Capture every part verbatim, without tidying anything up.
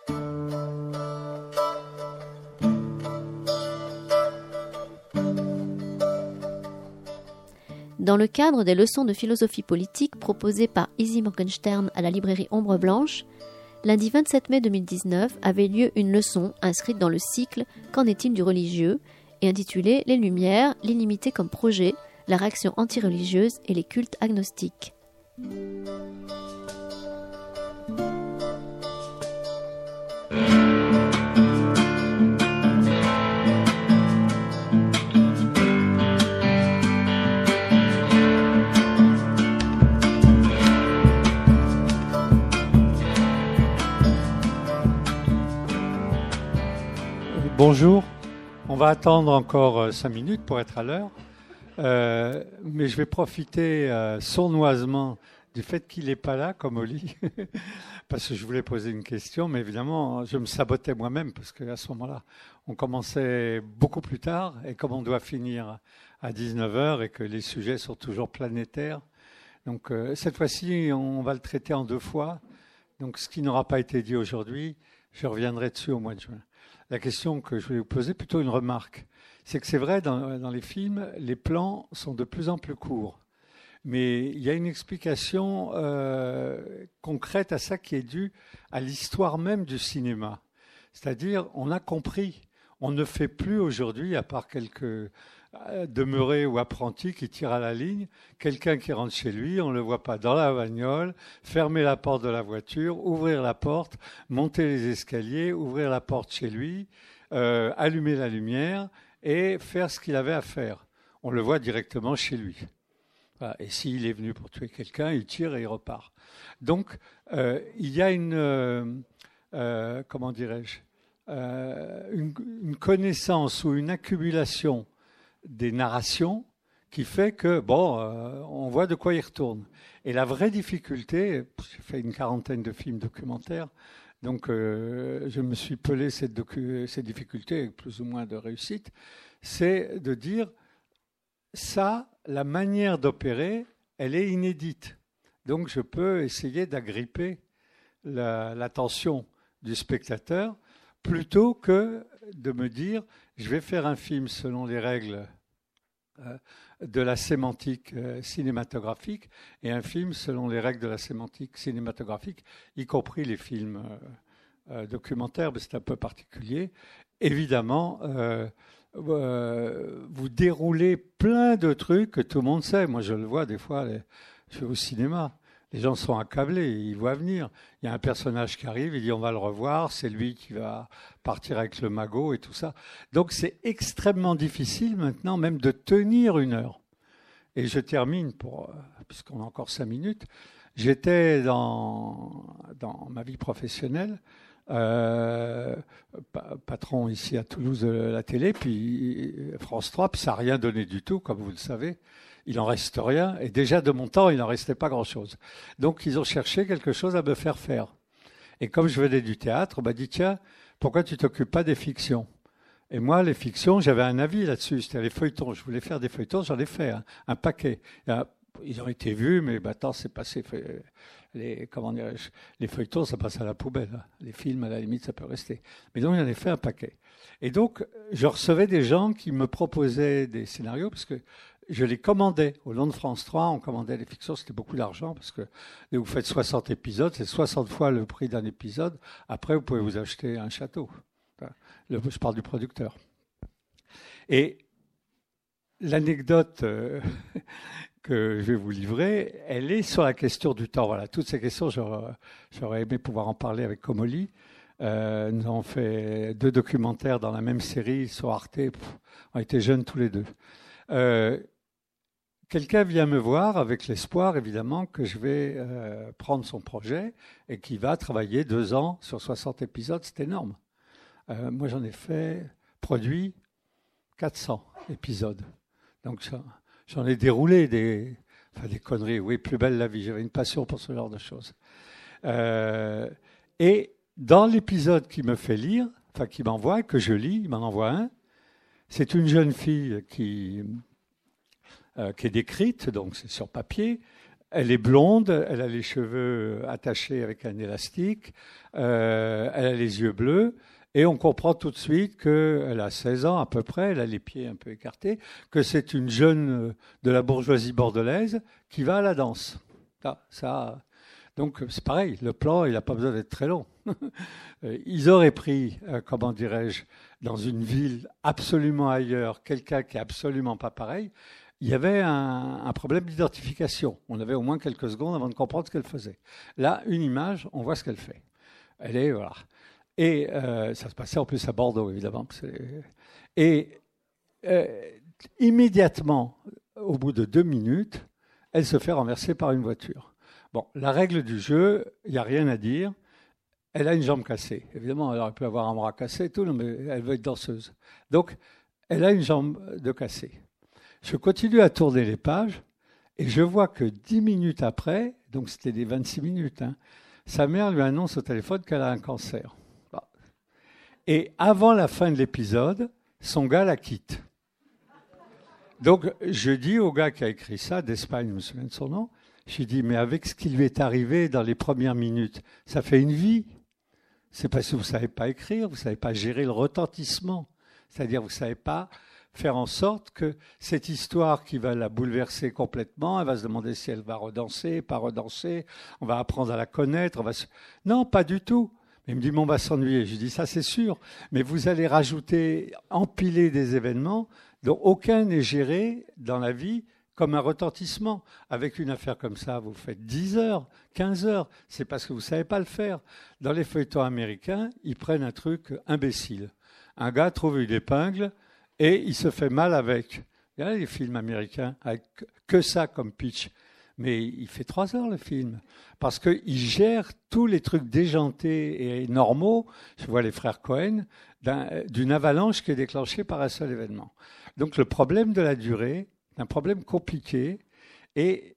Dans le cadre des leçons de philosophie politique proposées par Izzy Morgenstern à la librairie Ombre Blanche, lundi vingt-sept mai deux mille dix-neuf avait lieu une leçon inscrite dans le cycle Qu'en est-il du religieux et intitulée Les Lumières, l'inimité comme projet, la réaction anti-religieuse et les cultes agnostiques. Bonjour, on va attendre encore cinq minutes pour être à l'heure, euh, mais je vais profiter euh, sournoisement du fait qu'il n'est pas là, comme Oli, parce que je voulais poser une question, mais évidemment, je me sabotais moi-même, parce qu'à ce moment-là, on commençait beaucoup plus tard, et comme on doit finir à dix-neuf heures et que les sujets sont toujours planétaires, donc euh, cette fois-ci, on va le traiter en deux fois. Donc ce qui n'aura pas été dit aujourd'hui, je reviendrai dessus au mois de juin. La question que je voulais vous poser, plutôt une remarque, c'est que c'est vrai, dans, dans les films, les plans sont de plus en plus courts. Mais il y a une explication euh, concrète à ça qui est due à l'histoire même du cinéma. C'est-à-dire, on a compris, on ne fait plus aujourd'hui, à part quelques demeurés ou apprentis qui tirent à la ligne, quelqu'un qui rentre chez lui, on ne le voit pas dans la bagnole, fermer la porte de la voiture, ouvrir la porte, monter les escaliers, ouvrir la porte chez lui, euh, allumer la lumière et faire ce qu'il avait à faire. On le voit directement chez lui. Voilà. Et s'il est venu pour tuer quelqu'un, il tire et il repart. Donc, euh, il y a une, euh, euh, comment dirais-je, euh, une, une connaissance ou une accumulation des narrations qui fait que, bon, euh, on voit de quoi il retourne. Et la vraie difficulté, j'ai fait une quarantaine de films documentaires, donc euh, je me suis pelé cette, docu- cette difficulté avec plus ou moins de réussite, c'est de dire, ça, la manière d'opérer, elle est inédite. Donc je peux essayer d'agripper la, l'attention du spectateur plutôt que de me dire, je vais faire un film selon les règles euh, de la sémantique euh, cinématographique et un film selon les règles de la sémantique cinématographique, y compris les films euh, euh, documentaires, mais c'est un peu particulier. Évidemment, euh, euh, vous déroulez plein de trucs que tout le monde sait. Moi, je le vois des fois, les, je vais au cinéma. Les gens sont accablés, ils voient venir. Il y a un personnage qui arrive, il dit on va le revoir, c'est lui qui va partir avec le magot et tout ça. Donc c'est extrêmement difficile maintenant même de tenir une heure. Et je termine, pour, puisqu'on a encore cinq minutes, j'étais dans, dans ma vie professionnelle, euh, patron ici à Toulouse de la télé, puis France trois, puis ça n'a rien donné du tout, comme vous le savez. Il n'en reste rien. Et déjà, de mon temps, il n'en restait pas grand-chose. Donc, ils ont cherché quelque chose à me faire faire. Et comme je venais du théâtre, on m'a dit, tiens, pourquoi tu ne t'occupes pas des fictions ? Et moi, les fictions, j'avais un avis là-dessus. C'était les feuilletons. Je voulais faire des feuilletons, j'en ai fait hein, un paquet. Ils ont été vus, mais maintenant, c'est passé. Les, comment dirais-je, les feuilletons, ça passe à la poubelle. Hein. Les films, à la limite, ça peut rester. Mais donc, j'en ai fait un paquet. Et donc, je recevais des gens qui me proposaient des scénarios, parce que je les commandais. Au long de France trois, on commandait les fictions, c'était beaucoup d'argent, parce que vous faites soixante épisodes, c'est soixante fois le prix d'un épisode. Après, vous pouvez vous acheter un château. Le, je parle du producteur. Et l'anecdote euh, que je vais vous livrer, elle est sur la question du temps. Voilà, toutes ces questions, j'aurais, j'aurais aimé pouvoir en parler avec Comolli. Euh, nous avons fait deux documentaires dans la même série sur Arte. Pff, on était jeunes tous les deux. Euh, Quelqu'un vient me voir avec l'espoir, évidemment, que je vais euh, prendre son projet et qui va travailler deux ans sur soixante épisodes. C'est énorme. Euh, moi, j'en ai fait, produit quatre cents épisodes. Donc, ça, j'en ai déroulé des, enfin, des conneries. Oui, plus belle la vie. J'avais une passion pour ce genre de choses. Euh, et dans l'épisode qu'il me fait lire, enfin, qu'il m'envoie, que je lis, il m'en envoie un, c'est une jeune fille qui... Euh, qui est décrite, donc c'est sur papier, elle est blonde, elle a les cheveux attachés avec un élastique, euh, elle a les yeux bleus, et on comprend tout de suite qu'elle a seize ans à peu près, elle a les pieds un peu écartés, que c'est une jeune de la bourgeoisie bordelaise qui va à la danse. Ça, ça, donc c'est pareil, le plan, il n'a pas besoin d'être très long. Ils auraient pris, euh, comment dirais-je, dans une ville absolument ailleurs, quelqu'un qui est absolument pas pareil. Il y avait un, un problème d'identification. On avait au moins quelques secondes avant de comprendre ce qu'elle faisait. Là, une image, on voit ce qu'elle fait. Elle est, voilà. Et euh, ça se passait en plus à Bordeaux, évidemment. Et euh, immédiatement, au bout de deux minutes, elle se fait renverser par une voiture. Bon, la règle du jeu, il n'y a rien à dire. Elle a une jambe cassée. Évidemment, elle aurait pu avoir un bras cassé et tout, mais elle veut être danseuse. Donc, elle a une jambe de cassée. Je continue à tourner les pages et je vois que dix minutes après, donc c'était des vingt-six minutes, hein, sa mère lui annonce au téléphone qu'elle a un cancer. Bon. Et avant la fin de l'épisode, son gars la quitte. Donc, je dis au gars qui a écrit ça, d'Espagne, je me souviens de son nom, je lui dis, mais avec ce qui lui est arrivé dans les premières minutes, ça fait une vie. C'est parce que vous ne savez pas écrire, vous ne savez pas gérer le retentissement. C'est-à-dire, vous ne savez pas faire en sorte que cette histoire qui va la bouleverser complètement, elle va se demander si elle va redanser, pas redanser, on va apprendre à la connaître. On va se... Non, pas du tout. Il me dit, mais on va s'ennuyer. Je lui dis, ça c'est sûr. Mais vous allez rajouter, empiler des événements dont aucun n'est géré dans la vie comme un retentissement. Avec une affaire comme ça, vous faites dix heures, quinze heures. C'est parce que vous ne savez pas le faire. Dans les feuilletons américains, ils prennent un truc imbécile. Un gars trouve une épingle et il se fait mal avec. Il y a les films américains avec que ça comme pitch. Mais il fait trois heures le film. Parce qu'il gère tous les trucs déjantés et normaux, je vois les frères Cohen, d'un, d'une avalanche qui est déclenchée par un seul événement. Donc le problème de la durée, un problème compliqué, et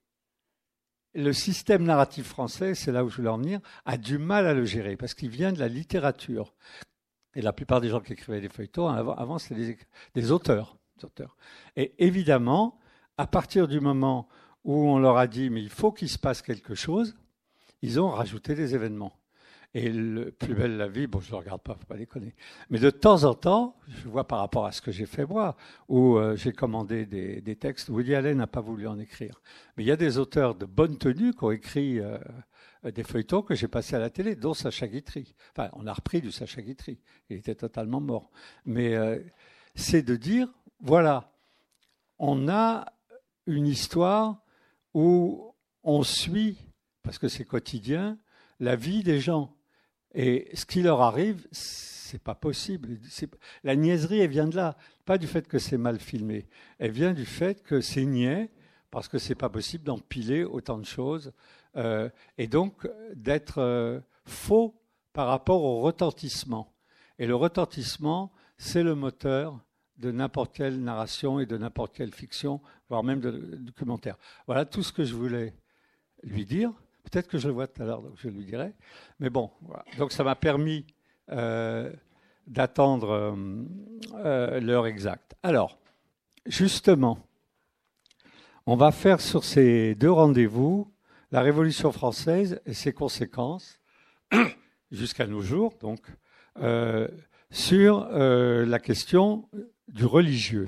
le système narratif français, c'est là où je voulais en venir, a du mal à le gérer, parce qu'il vient de la littérature. Et la plupart des gens qui écrivaient des feuilletons, avant, avant c'était des, des auteurs, des auteurs. Et évidemment, à partir du moment où on leur a dit « mais il faut qu'il se passe quelque chose », ils ont rajouté des événements. Et le Plus belle la vie, bon, je ne le regarde pas, il ne faut pas déconner. Mais de temps en temps, je vois par rapport à ce que j'ai fait moi, où euh, j'ai commandé des, des textes, Woody Allen n'a pas voulu en écrire. Mais il y a des auteurs de bonne tenue qui ont écrit euh, des feuilletons que j'ai passés à la télé, dont Sacha Guitry. Enfin, on a repris du Sacha Guitry. Il était totalement mort. Mais euh, c'est de dire, voilà, on a une histoire où on suit, parce que c'est quotidien, la vie des gens. Et ce qui leur arrive, c'est pas possible. C'est... La niaiserie, elle vient de là. Pas du fait que c'est mal filmé. Elle vient du fait que c'est niais, parce que c'est pas possible d'empiler autant de choses. Euh, et donc, d'être euh, faux par rapport au retentissement. Et le retentissement, c'est le moteur de n'importe quelle narration et de n'importe quelle fiction, voire même de, de documentaire. Voilà tout ce que je voulais lui dire. Peut-être que je le vois tout à l'heure, donc je lui dirai. Mais bon, voilà. Donc ça m'a permis euh, d'attendre euh, euh, l'heure exacte. Alors, justement, on va faire sur ces deux rendez-vous la Révolution française et ses conséquences, jusqu'à nos jours, donc, euh, sur euh, la question du religieux.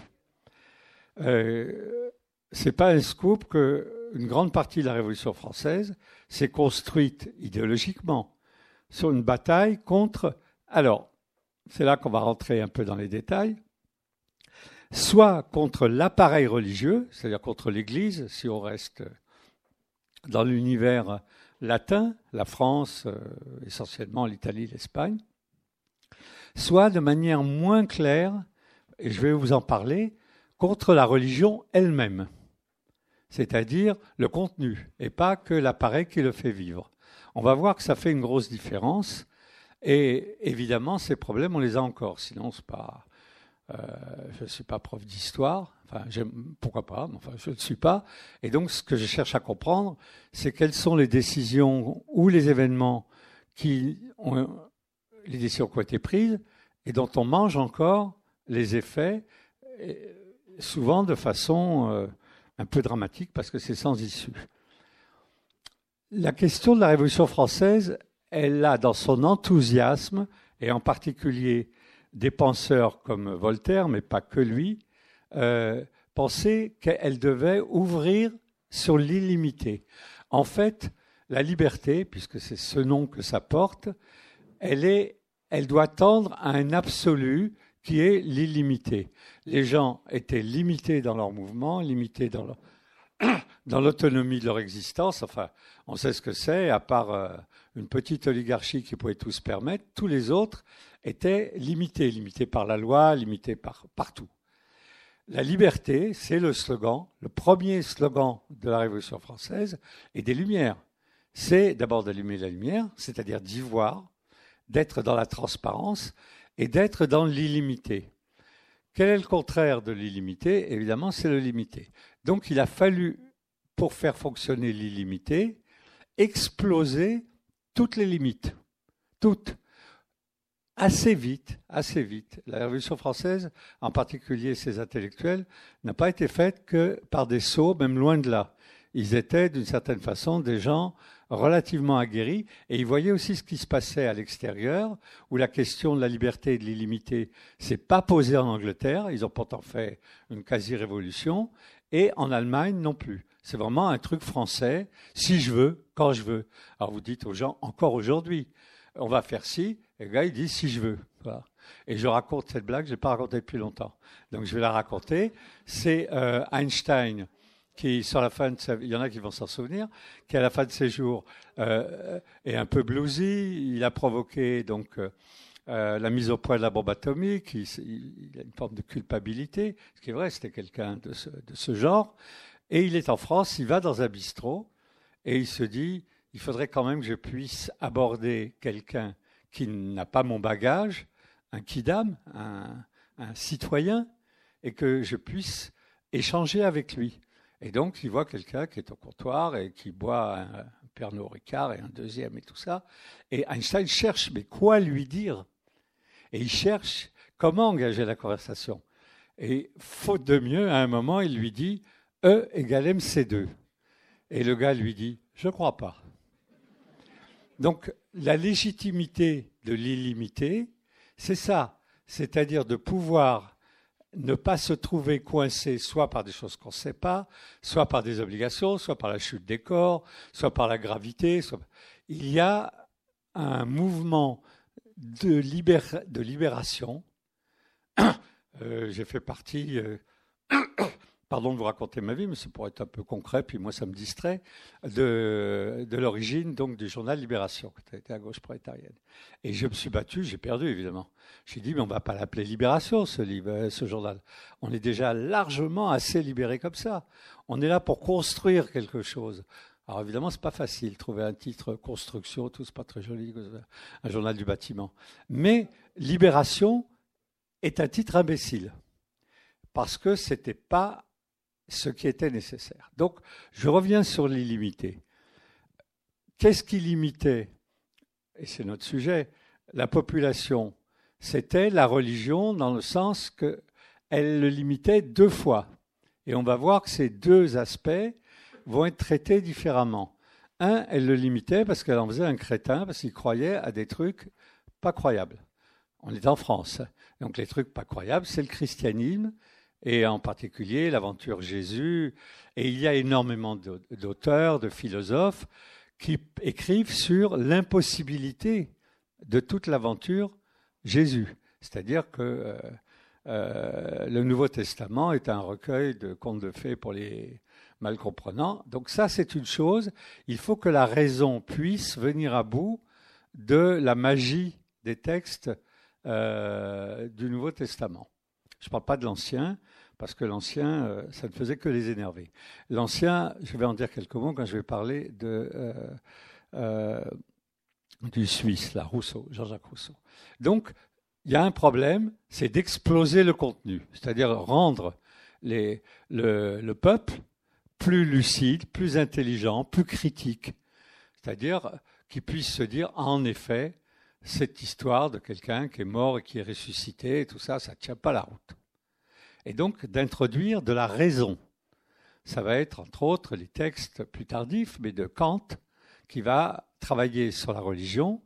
Euh, c'est pas un scoop qu'une grande partie de la Révolution française s'est construite idéologiquement sur une bataille contre... Alors, c'est là qu'on va rentrer un peu dans les détails. Soit contre l'appareil religieux, c'est-à-dire contre l'Église, si on reste dans l'univers latin, la France, euh, essentiellement l'Italie, l'Espagne, soit de manière moins claire, et je vais vous en parler, contre la religion elle-même, c'est-à-dire le contenu, et pas que l'appareil qui le fait vivre. On va voir que ça fait une grosse différence, et évidemment, ces problèmes, on les a encore, sinon c'est pas... Euh, je ne suis pas prof d'histoire, enfin, pourquoi pas, mais enfin, je ne le suis pas. Et donc, ce que je cherche à comprendre, c'est quelles sont les décisions ou les événements qui ont, les décisions qui ont été prises et dont on mange encore les effets, souvent de façon euh, un peu dramatique parce que c'est sans issue. la question de la Révolution française, elle a dans son enthousiasme, et en particulier des penseurs comme Voltaire, mais pas que lui, euh, pensé qu'elle devait ouvrir sur l'illimité. En fait, la liberté, puisque c'est ce nom que ça porte, elle, est, elle doit tendre à un absolu qui est l'illimité. Les gens étaient limités dans leur mouvement, limités dans, leur, dans l'autonomie de leur existence. Enfin, on sait ce que c'est, à part euh, une petite oligarchie qui pouvait tout se permettre, tous les autres étaient limités, limités par la loi, limités par, partout. La liberté, c'est le slogan, le premier slogan de la Révolution française et des Lumières. C'est d'abord d'allumer la lumière, c'est-à-dire d'y voir, d'être dans la transparence et d'être dans l'illimité. Quel est le contraire de l'illimité ? Évidemment, c'est le limité. Donc, il a fallu, pour faire fonctionner l'illimité, exploser toutes les limites, toutes. Assez vite, assez vite. La Révolution française, en particulier ses intellectuels, n'a pas été faite que par des sots, même loin de là. Ils étaient, d'une certaine façon, des gens relativement aguerris, et ils voyaient aussi ce qui se passait à l'extérieur, où la question de la liberté et de l'illimité s'est pas posée en Angleterre. Ils ont pourtant fait une quasi-révolution, et en Allemagne non plus. C'est vraiment un truc français, si je veux, quand je veux. Alors vous dites aux gens, encore aujourd'hui, on va faire ci, et le gars, il dit si je veux. Voilà. Et je raconte cette blague, je n'ai pas raconté depuis longtemps. Donc je vais la raconter. C'est euh, Einstein qui, sur la fin de sa vie, il y en a qui vont s'en souvenir, qui à la fin de ses jours euh, est un peu bluesy. Il a provoqué donc euh, la mise au point de la bombe atomique. Il, il a une forme de culpabilité. Ce qui est vrai, c'était quelqu'un de ce, de ce genre. Et il est en France, il va dans un bistrot et il se dit, il faudrait quand même que je puisse aborder quelqu'un qui n'a pas mon bagage, un kidam, un, un citoyen, et que je puisse échanger avec lui. Et donc, il voit quelqu'un qui est au comptoir et qui boit un, un Pernod Ricard et un deuxième et tout ça. Et Einstein cherche, mais quoi lui dire ? Et il cherche comment engager la conversation. Et faute de mieux, à un moment, il lui dit « E égale M C deux ». Et le gars lui dit « Je ne crois pas ». Donc, la légitimité de l'illimité, c'est ça, c'est-à-dire de pouvoir ne pas se trouver coincé soit par des choses qu'on ne sait pas, soit par des obligations, soit par la chute des corps, soit par la gravité. Soit... Il y a un mouvement de, libér... de libération. euh, j'ai fait partie... Euh... Pardon de vous raconter ma vie, mais c'est pour être un peu concret, puis moi ça me distrait, de, de l'origine donc du journal Libération, qui était à gauche prolétarienne. Et je me suis battu, j'ai perdu évidemment. J'ai dit, mais on ne va pas l'appeler Libération, ce, livre, ce journal. On est déjà largement assez libéré comme ça. On est là pour construire quelque chose. Alors évidemment, ce n'est pas facile, trouver un titre construction, tout, c'est pas très joli, un journal du bâtiment. Mais Libération est un titre imbécile, parce que ce n'était pas ce qui était nécessaire. Donc, je reviens sur l'illimité. Qu'est-ce qui limitait, et c'est notre sujet, la population ? C'était la religion dans le sens qu'elle le limitait deux fois. Et on va voir que ces deux aspects vont être traités différemment. Un, elle le limitait parce qu'elle en faisait un crétin, parce qu'il croyait à des trucs pas croyables. On est en France. Donc les trucs pas croyables, c'est le christianisme, et en particulier l'aventure Jésus. Et il y a énormément d'auteurs, de philosophes qui écrivent sur l'impossibilité de toute l'aventure Jésus. C'est-à-dire que euh, euh, le Nouveau Testament est un recueil de contes de fées pour les mal comprenants. Donc ça, c'est une chose. Il faut que la raison puisse venir à bout de la magie des textes euh, du Nouveau Testament. Je ne parle pas de l'Ancien, parce que l'Ancien, euh, ça ne faisait que les énerver. L'Ancien, je vais en dire quelques mots quand je vais parler de, euh, euh, du Suisse, là, Rousseau, Jean-Jacques Rousseau. Donc, il y a un problème, c'est d'exploser le contenu, c'est-à-dire rendre les, le, le peuple plus lucide, plus intelligent, plus critique. C'est-à-dire qu'il puisse se dire, ah, en effet, cette histoire de quelqu'un qui est mort et qui est ressuscité, et tout ça, ça ne tient pas la route. Et donc d'introduire de la raison. Ça va être, entre autres, les textes plus tardifs, mais de Kant, qui va travailler sur la religion,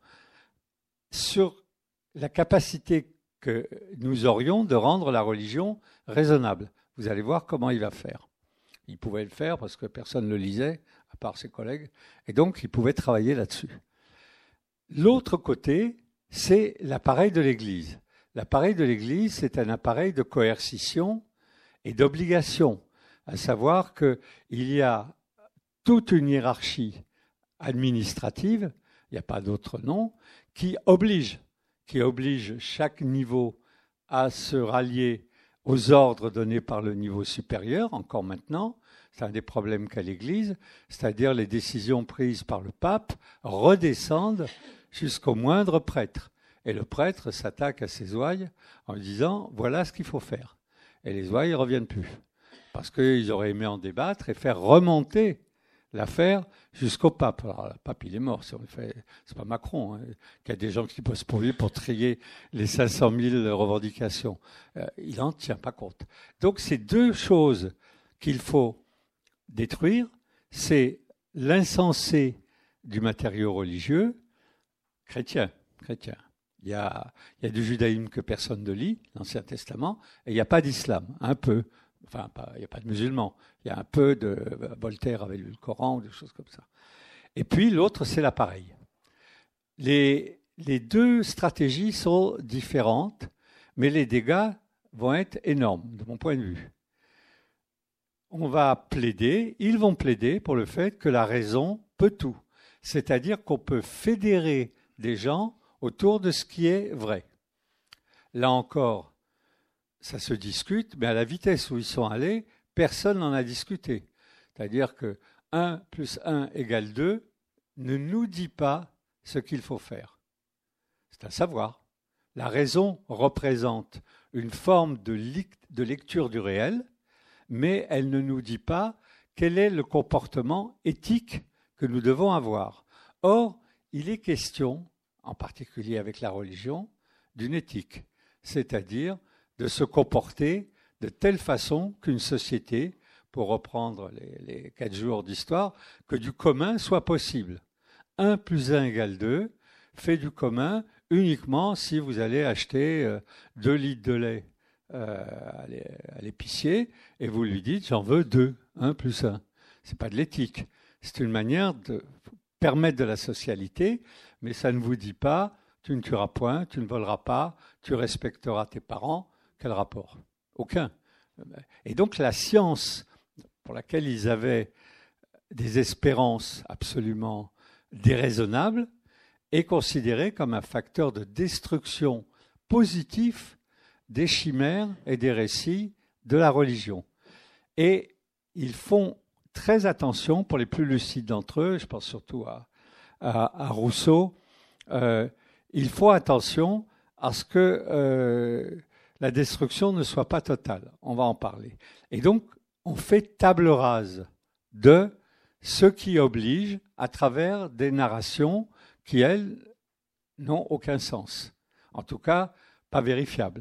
sur la capacité que nous aurions de rendre la religion raisonnable. Vous allez voir comment il va faire. Il pouvait le faire parce que personne ne le lisait, à part ses collègues, et donc il pouvait travailler là-dessus. L'autre côté, c'est l'appareil de l'Église. L'appareil de l'Église, c'est un appareil de coercition et d'obligation, à savoir qu'il y a toute une hiérarchie administrative, il n'y a pas d'autre nom, qui oblige, qui oblige chaque niveau à se rallier aux ordres donnés par le niveau supérieur, encore maintenant. C'est un des problèmes qu'a l'Église, c'est-à-dire les décisions prises par le pape redescendent jusqu'au moindre prêtre. Et le prêtre s'attaque à ses ouailles en disant « voilà ce qu'il faut faire ». Et les ouailles ne reviennent plus, parce qu'ils auraient aimé en débattre et faire remonter l'affaire jusqu'au pape. Alors, le pape, il est mort, si on le fait. C'est pas Macron, hein, qu'il y a des gens qui posent pour lui pour trier les cinq cent mille revendications. Euh, il n'en tient pas compte. Donc, c'est deux choses qu'il faut détruire. C'est l'insensé du matériau religieux chrétien. chrétien. Il y a, il y a du judaïsme que personne ne lit, l'Ancien Testament, et il n'y a pas d'islam, un peu. Enfin, pas, il n'y a pas de musulmans. Il y a un peu de... Voltaire avait lu le Coran ou des choses comme ça. Et puis, l'autre, c'est l'appareil. Les, les deux stratégies sont différentes, mais les dégâts vont être énormes, de mon point de vue. On va plaider, ils vont plaider pour le fait que la raison peut tout. C'est-à-dire qu'on peut fédérer des gens autour de ce qui est vrai. Là encore, ça se discute, mais à la vitesse où ils sont allés, personne n'en a discuté. C'est-à-dire que un plus un égale deux ne nous dit pas ce qu'il faut faire. C'est à savoir. La raison représente une forme de, de lecture du réel, mais elle ne nous dit pas quel est le comportement éthique que nous devons avoir. Or, il est question, en particulier avec la religion, d'une éthique, c'est-à-dire de se comporter de telle façon qu'une société, pour reprendre les, les quatre jours d'histoire, que du commun soit possible. un plus un égale deux fait du commun uniquement si vous allez acheter euh, deux litres de lait euh, à l'épicier et vous lui dites « j'en veux deux, un plus un ». Ce n'est pas de l'éthique, c'est une manière de permettre de la socialité, mais ça ne vous dit pas « tu ne tueras point, tu ne voleras pas, tu respecteras tes parents ». Quel rapport? Aucun. Et donc la science pour laquelle ils avaient des espérances absolument déraisonnables est considérée comme un facteur de destruction positif des chimères et des récits de la religion. Et ils font très attention, pour les plus lucides d'entre eux, je pense surtout à, à, à Rousseau, euh, ils font attention à ce que euh, la destruction ne soit pas totale. On va en parler. Et donc, on fait table rase de ce qui oblige à travers des narrations qui, elles, n'ont aucun sens. En tout cas, pas vérifiables.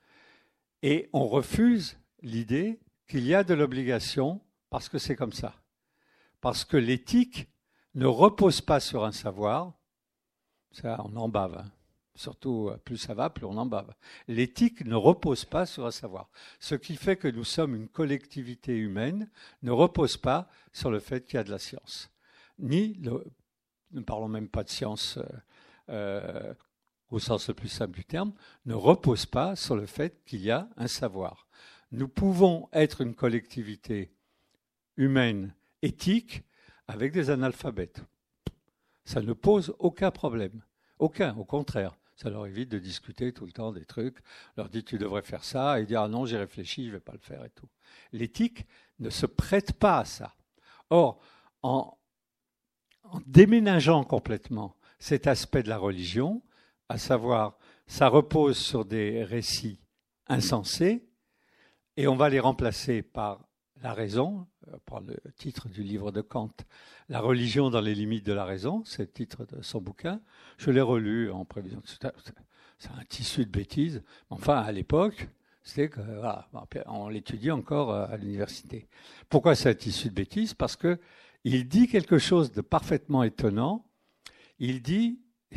Et on refuse l'idée qu'il y a de l'obligation parce que c'est comme ça. Parce que l'éthique ne repose pas sur un savoir. Ça, on en bave. Hein. Surtout, plus ça va, plus on en bave. L'éthique ne repose pas sur un savoir. Ce qui fait que nous sommes une collectivité humaine ne repose pas sur le fait qu'il y a de la science. Ni, le, ne parlons même pas de science euh, euh, au sens le plus simple du terme, ne repose pas sur le fait qu'il y a un savoir. Nous pouvons être une collectivité humaine éthique avec des analphabètes. Ça ne pose aucun problème. Aucun, au contraire. Ça leur évite de discuter tout le temps des trucs. On leur dit tu devrais faire ça et dire ah non, j'ai réfléchi, je ne vais pas le faire et tout. L'éthique ne se prête pas à ça. Or, en, en déménageant complètement cet aspect de la religion, à savoir ça repose sur des récits insensés et on va les remplacer par la raison, prendre le titre du livre de Kant, La religion dans les limites de la raison, c'est le titre de son bouquin. Je l'ai relu en prévision. C'est un tissu de bêtises. Enfin, à l'époque, c'était que, voilà, on l'étudie encore à l'université. Pourquoi c'est un tissu de bêtises? Parce que il dit quelque chose de parfaitement étonnant. Il dit,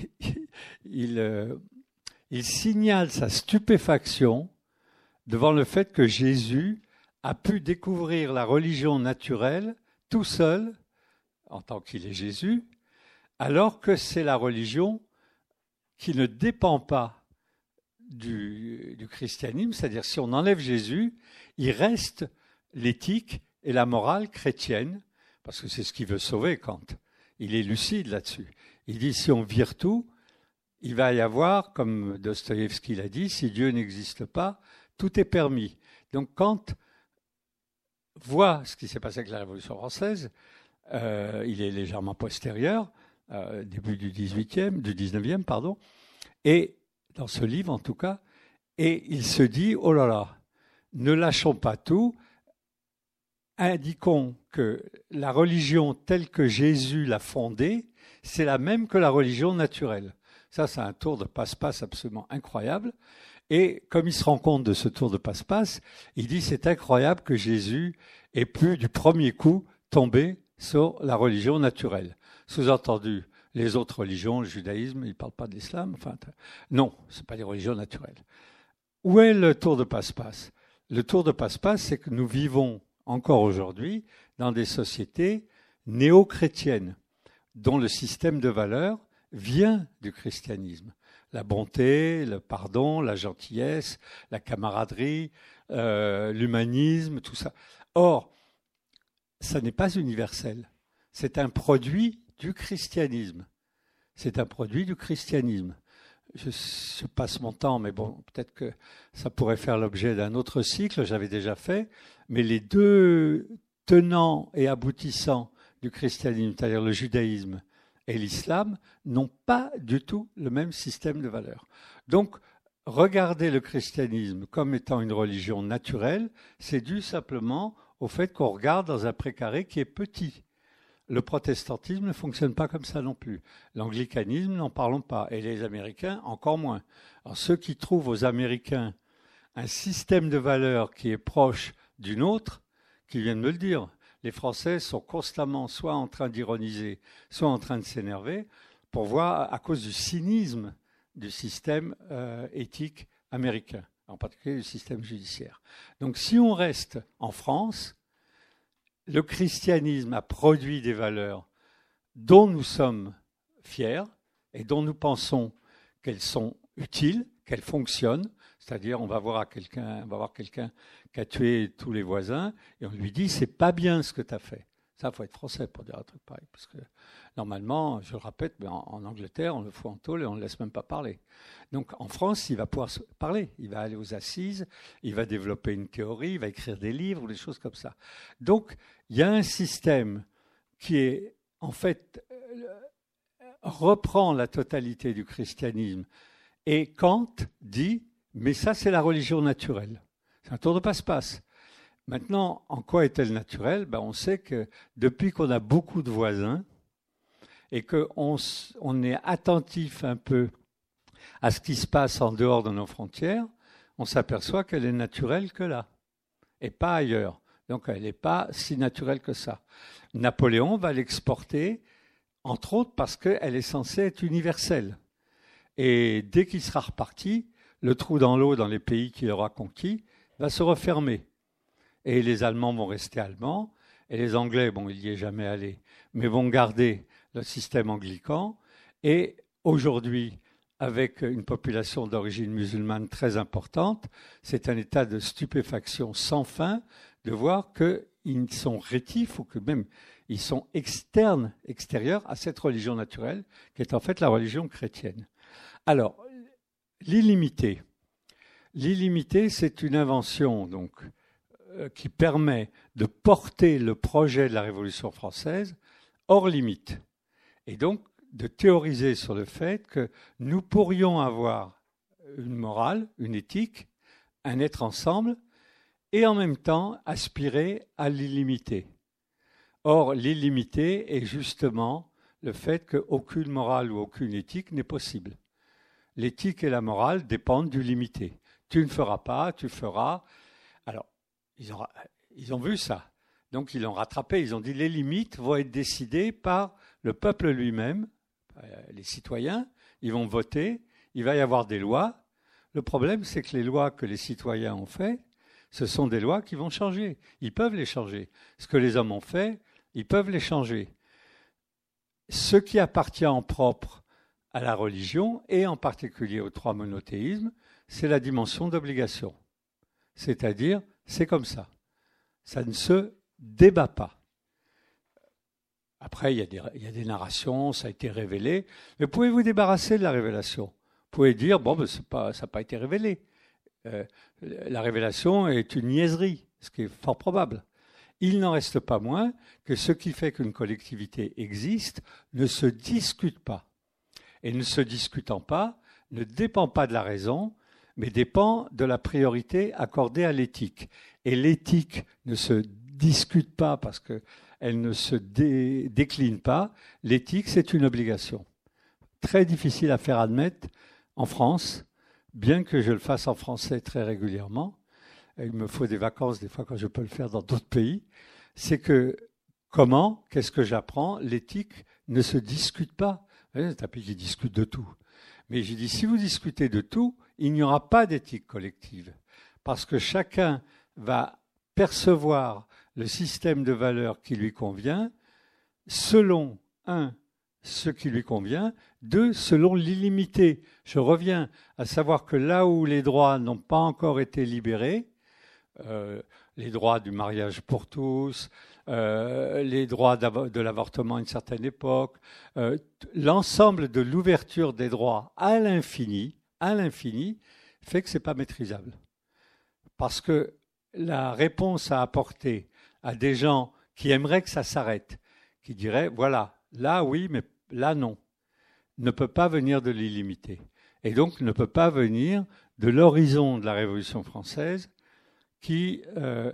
il, euh, il signale sa stupéfaction devant le fait que Jésus a pu découvrir la religion naturelle tout seul, en tant qu'il est Jésus, alors que c'est la religion qui ne dépend pas du, du christianisme, c'est-à-dire si on enlève Jésus, il reste l'éthique et la morale chrétienne, parce que c'est ce qu'il veut sauver Kant. Il est lucide là-dessus. Il dit si on vire tout, il va y avoir, comme Dostoïevski l'a dit, si Dieu n'existe pas, tout est permis. Donc Kant voit ce qui s'est passé avec la Révolution française, euh, il est légèrement postérieur, euh, début du dix-huitième, du dix-neuvième, pardon, et dans ce livre en tout cas, et il se dit, oh là là, ne lâchons pas tout, indiquons que la religion telle que Jésus l'a fondée, c'est la même que la religion naturelle. Ça, c'est un tour de passe-passe absolument incroyable. Et comme il se rend compte de ce tour de passe-passe, il dit c'est incroyable que Jésus ait pu du premier coup tomber sur la religion naturelle. Sous-entendu, les autres religions, le judaïsme, il ne parle pas de l'islam. Enfin, non, ce n'est pas des religions naturelles. Où est le tour de passe-passe ? Le tour de passe-passe, c'est que nous vivons encore aujourd'hui dans des sociétés néo-chrétiennes dont le système de valeurs vient du christianisme. La bonté, le pardon, la gentillesse, la camaraderie, euh, l'humanisme, tout ça. Or, ça n'est pas universel. C'est un produit du christianisme. C'est un produit du christianisme. Je, je passe mon temps, mais bon, peut-être que ça pourrait faire l'objet d'un autre cycle, j'avais déjà fait. Mais les deux tenants et aboutissants du christianisme, c'est-à-dire le judaïsme et l'islam, n'ont pas du tout le même système de valeurs. Donc, regarder le christianisme comme étant une religion naturelle, c'est dû simplement au fait qu'on regarde dans un précaré qui est petit. Le protestantisme ne fonctionne pas comme ça non plus. L'anglicanisme, n'en parlons pas. Et les Américains, encore moins. Alors, ceux qui trouvent aux Américains un système de valeurs qui est proche d'une autre, qui viennent me le dire, les Français sont constamment soit en train d'ironiser, soit en train de s'énerver, pour voir à cause du cynisme du système euh, éthique américain, en particulier du système judiciaire. Donc si on reste en France, le christianisme a produit des valeurs dont nous sommes fiers et dont nous pensons qu'elles sont utiles, qu'elles fonctionnent. C'est-à-dire, on va voir à quelqu'un, on va voir quelqu'un qui a tué tous les voisins et on lui dit c'est pas bien ce que tu as fait. Ça, il faut être français pour dire un truc pareil, parce que normalement, je le répète, mais en, en Angleterre, on le fout en tôle et on ne le laisse même pas parler. Donc, en France, il va pouvoir parler. Il va aller aux assises, il va développer une théorie, il va écrire des livres ou des choses comme ça. Donc, il y a un système qui est, en fait, euh, reprend la totalité du christianisme. Et Kant dit mais ça, c'est la religion naturelle. C'est un tour de passe-passe. Maintenant, en quoi est-elle naturelle ? Ben, on sait que depuis qu'on a beaucoup de voisins et qu'on on est attentif un peu à ce qui se passe en dehors de nos frontières, on s'aperçoit qu'elle est naturelle que là, et pas ailleurs. Donc, elle n'est pas si naturelle que ça. Napoléon va l'exporter, entre autres parce qu'elle est censée être universelle. Et dès qu'il sera reparti, le trou dans l'eau dans les pays qu'il aura conquis va se refermer. Et les Allemands vont rester allemands, et les Anglais, bon, il n'y est jamais allé, mais vont garder le système anglican. Et aujourd'hui, avec une population d'origine musulmane très importante, c'est un état de stupéfaction sans fin de voir qu'ils sont rétifs, ou que même ils sont externes, extérieurs à cette religion naturelle, qui est en fait la religion chrétienne. Alors, l'illimité. L'illimité, c'est une invention donc, euh, qui permet de porter le projet de la Révolution française hors limite. Et donc, de théoriser sur le fait que nous pourrions avoir une morale, une éthique, un être ensemble, et en même temps aspirer à l'illimité. Or, l'illimité est justement le fait qu'aucune morale ou aucune éthique n'est possible. L'éthique et la morale dépendent du limité. Tu ne feras pas, tu feras. Alors, ils ont, ils ont vu ça. Donc ils l'ont rattrapé, ils ont dit les limites vont être décidées par le peuple lui-même, les citoyens, ils vont voter, il va y avoir des lois. Le problème, c'est que les lois que les citoyens ont faites, ce sont des lois qui vont changer. Ils peuvent les changer. Ce que les hommes ont fait, ils peuvent les changer. Ce qui appartient en propre à la religion, et en particulier aux trois monothéismes, c'est la dimension d'obligation. C'est-à-dire, c'est comme ça. Ça ne se débat pas. Après, il y a des, il y a des narrations, ça a été révélé, mais vous pouvez vous débarrasser de la révélation. Vous pouvez dire, bon, ben, c'est pas, ça n'a pas été révélé. Euh, la révélation est une niaiserie, ce qui est fort probable. Il n'en reste pas moins que ce qui fait qu'une collectivité existe ne se discute pas. Et ne se discutant pas, ne dépend pas de la raison, mais dépend de la priorité accordée à l'éthique. Et l'éthique ne se discute pas parce qu'elle ne se dé- décline pas. L'éthique, c'est une obligation. Très difficile à faire admettre en France, bien que je le fasse en français très régulièrement. Il me faut des vacances des fois quand je peux le faire dans d'autres pays. C'est que comment, qu'est-ce que j'apprends? L'éthique ne se discute pas. C'est un pays qui discute de tout. Mais j'ai dit, si vous discutez de tout, il n'y aura pas d'éthique collective. Parce que chacun va percevoir le système de valeurs qui lui convient selon, un, ce qui lui convient, deux, selon l'illimité. Je reviens à savoir que là où les droits n'ont pas encore été libérés, euh, les droits du mariage pour tous, euh, les droits de l'avortement à une certaine époque, euh, l'ensemble de l'ouverture des droits à l'infini, à l'infini, fait que ce n'est pas maîtrisable. Parce que la réponse à apporter à des gens qui aimeraient que ça s'arrête, qui diraient, voilà, là oui, mais là non, ne peut pas venir de l'illimité. Et donc ne peut pas venir de l'horizon de la Révolution française qui euh,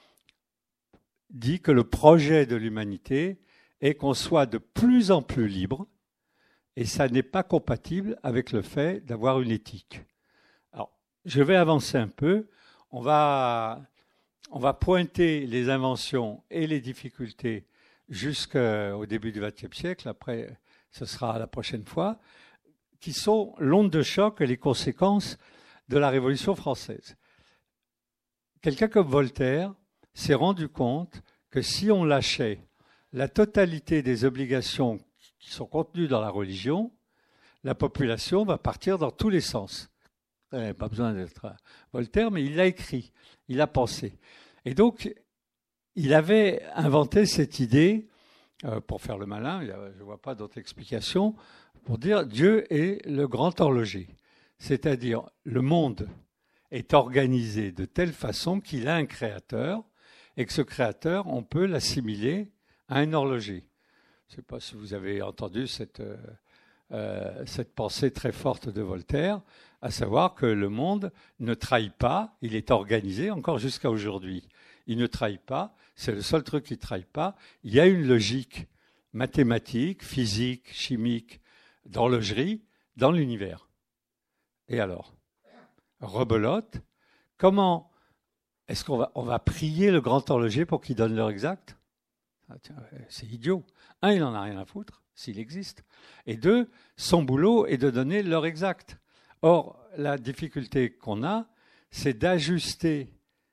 dit que le projet de l'humanité est qu'on soit de plus en plus libre, et ça n'est pas compatible avec le fait d'avoir une éthique. Alors, je vais avancer un peu. On va, on va pointer les inventions et les difficultés jusqu'au début du vingtième siècle. Après, ce sera la prochaine fois, qui sont l'onde de choc et les conséquences de la Révolution française. Quelqu'un comme Voltaire s'est rendu compte que si on lâchait la totalité des obligations qui sont contenues dans la religion, la population va partir dans tous les sens. Il n'avait pas besoin d'être Voltaire, mais il l'a écrit, il l'a pensé. Et donc, il avait inventé cette idée, euh, pour faire le malin, je ne vois pas d'autre explication, pour dire Dieu est le grand horloger. C'est-à-dire, le monde est organisé de telle façon qu'il a un créateur, et que ce créateur, on peut l'assimiler à un horloger. Je ne sais pas si vous avez entendu cette, euh, cette pensée très forte de Voltaire, à savoir que le monde ne trahit pas, il est organisé encore jusqu'à aujourd'hui. Il ne trahit pas, c'est le seul truc qui ne trahit pas. Il y a une logique mathématique, physique, chimique, d'horlogerie dans l'univers. Et alors, rebelote, comment est-ce qu'on va, on va prier le grand horloger pour qu'il donne l'heure exacte? Ah, tiens, c'est idiot. Un, il n'en a rien à foutre, s'il existe. Et deux, son boulot est de donner l'heure exacte. Or, la difficulté qu'on a, c'est d'ajuster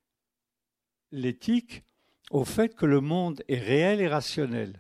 l'éthique au fait que le monde est réel et rationnel.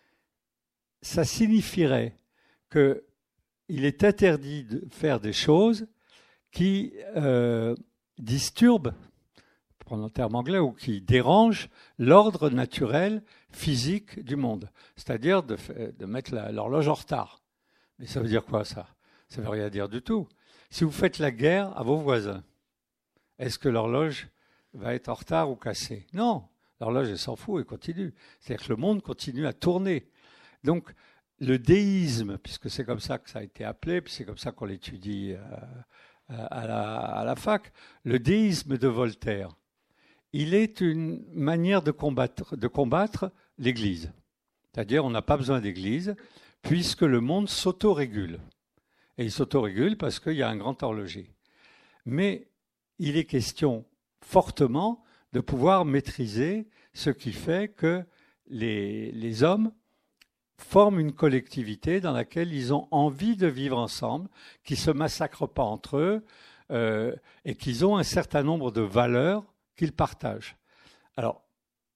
Ça signifierait qu'il est interdit de faire des choses qui euh, disturbent, prenons le terme anglais, ou qui dérangent l'ordre naturel physique du monde. C'est-à-dire de, de mettre la, l'horloge en retard. Mais ça veut dire quoi, ça? Ça ne veut rien dire du tout. Si vous faites la guerre à vos voisins, est-ce que l'horloge va être en retard ou cassée? Non, l'horloge, elle s'en fout et continue. C'est-à-dire que le monde continue à tourner. Donc, le déisme, puisque c'est comme ça que ça a été appelé, puis c'est comme ça qu'on l'étudie euh, à, la, à la fac, le déisme de Voltaire, il est une manière de combattre, de combattre l'Église. C'est-à-dire on n'a pas besoin d'Église, puisque le monde s'autorégule. Et il s'autorégule parce qu'il y a un grand horloger. Mais il est question fortement de pouvoir maîtriser ce qui fait que les, les hommes forment une collectivité dans laquelle ils ont envie de vivre ensemble, qui ne se massacrent pas entre eux euh, et qu'ils ont un certain nombre de valeurs qu'ils partagent. Alors,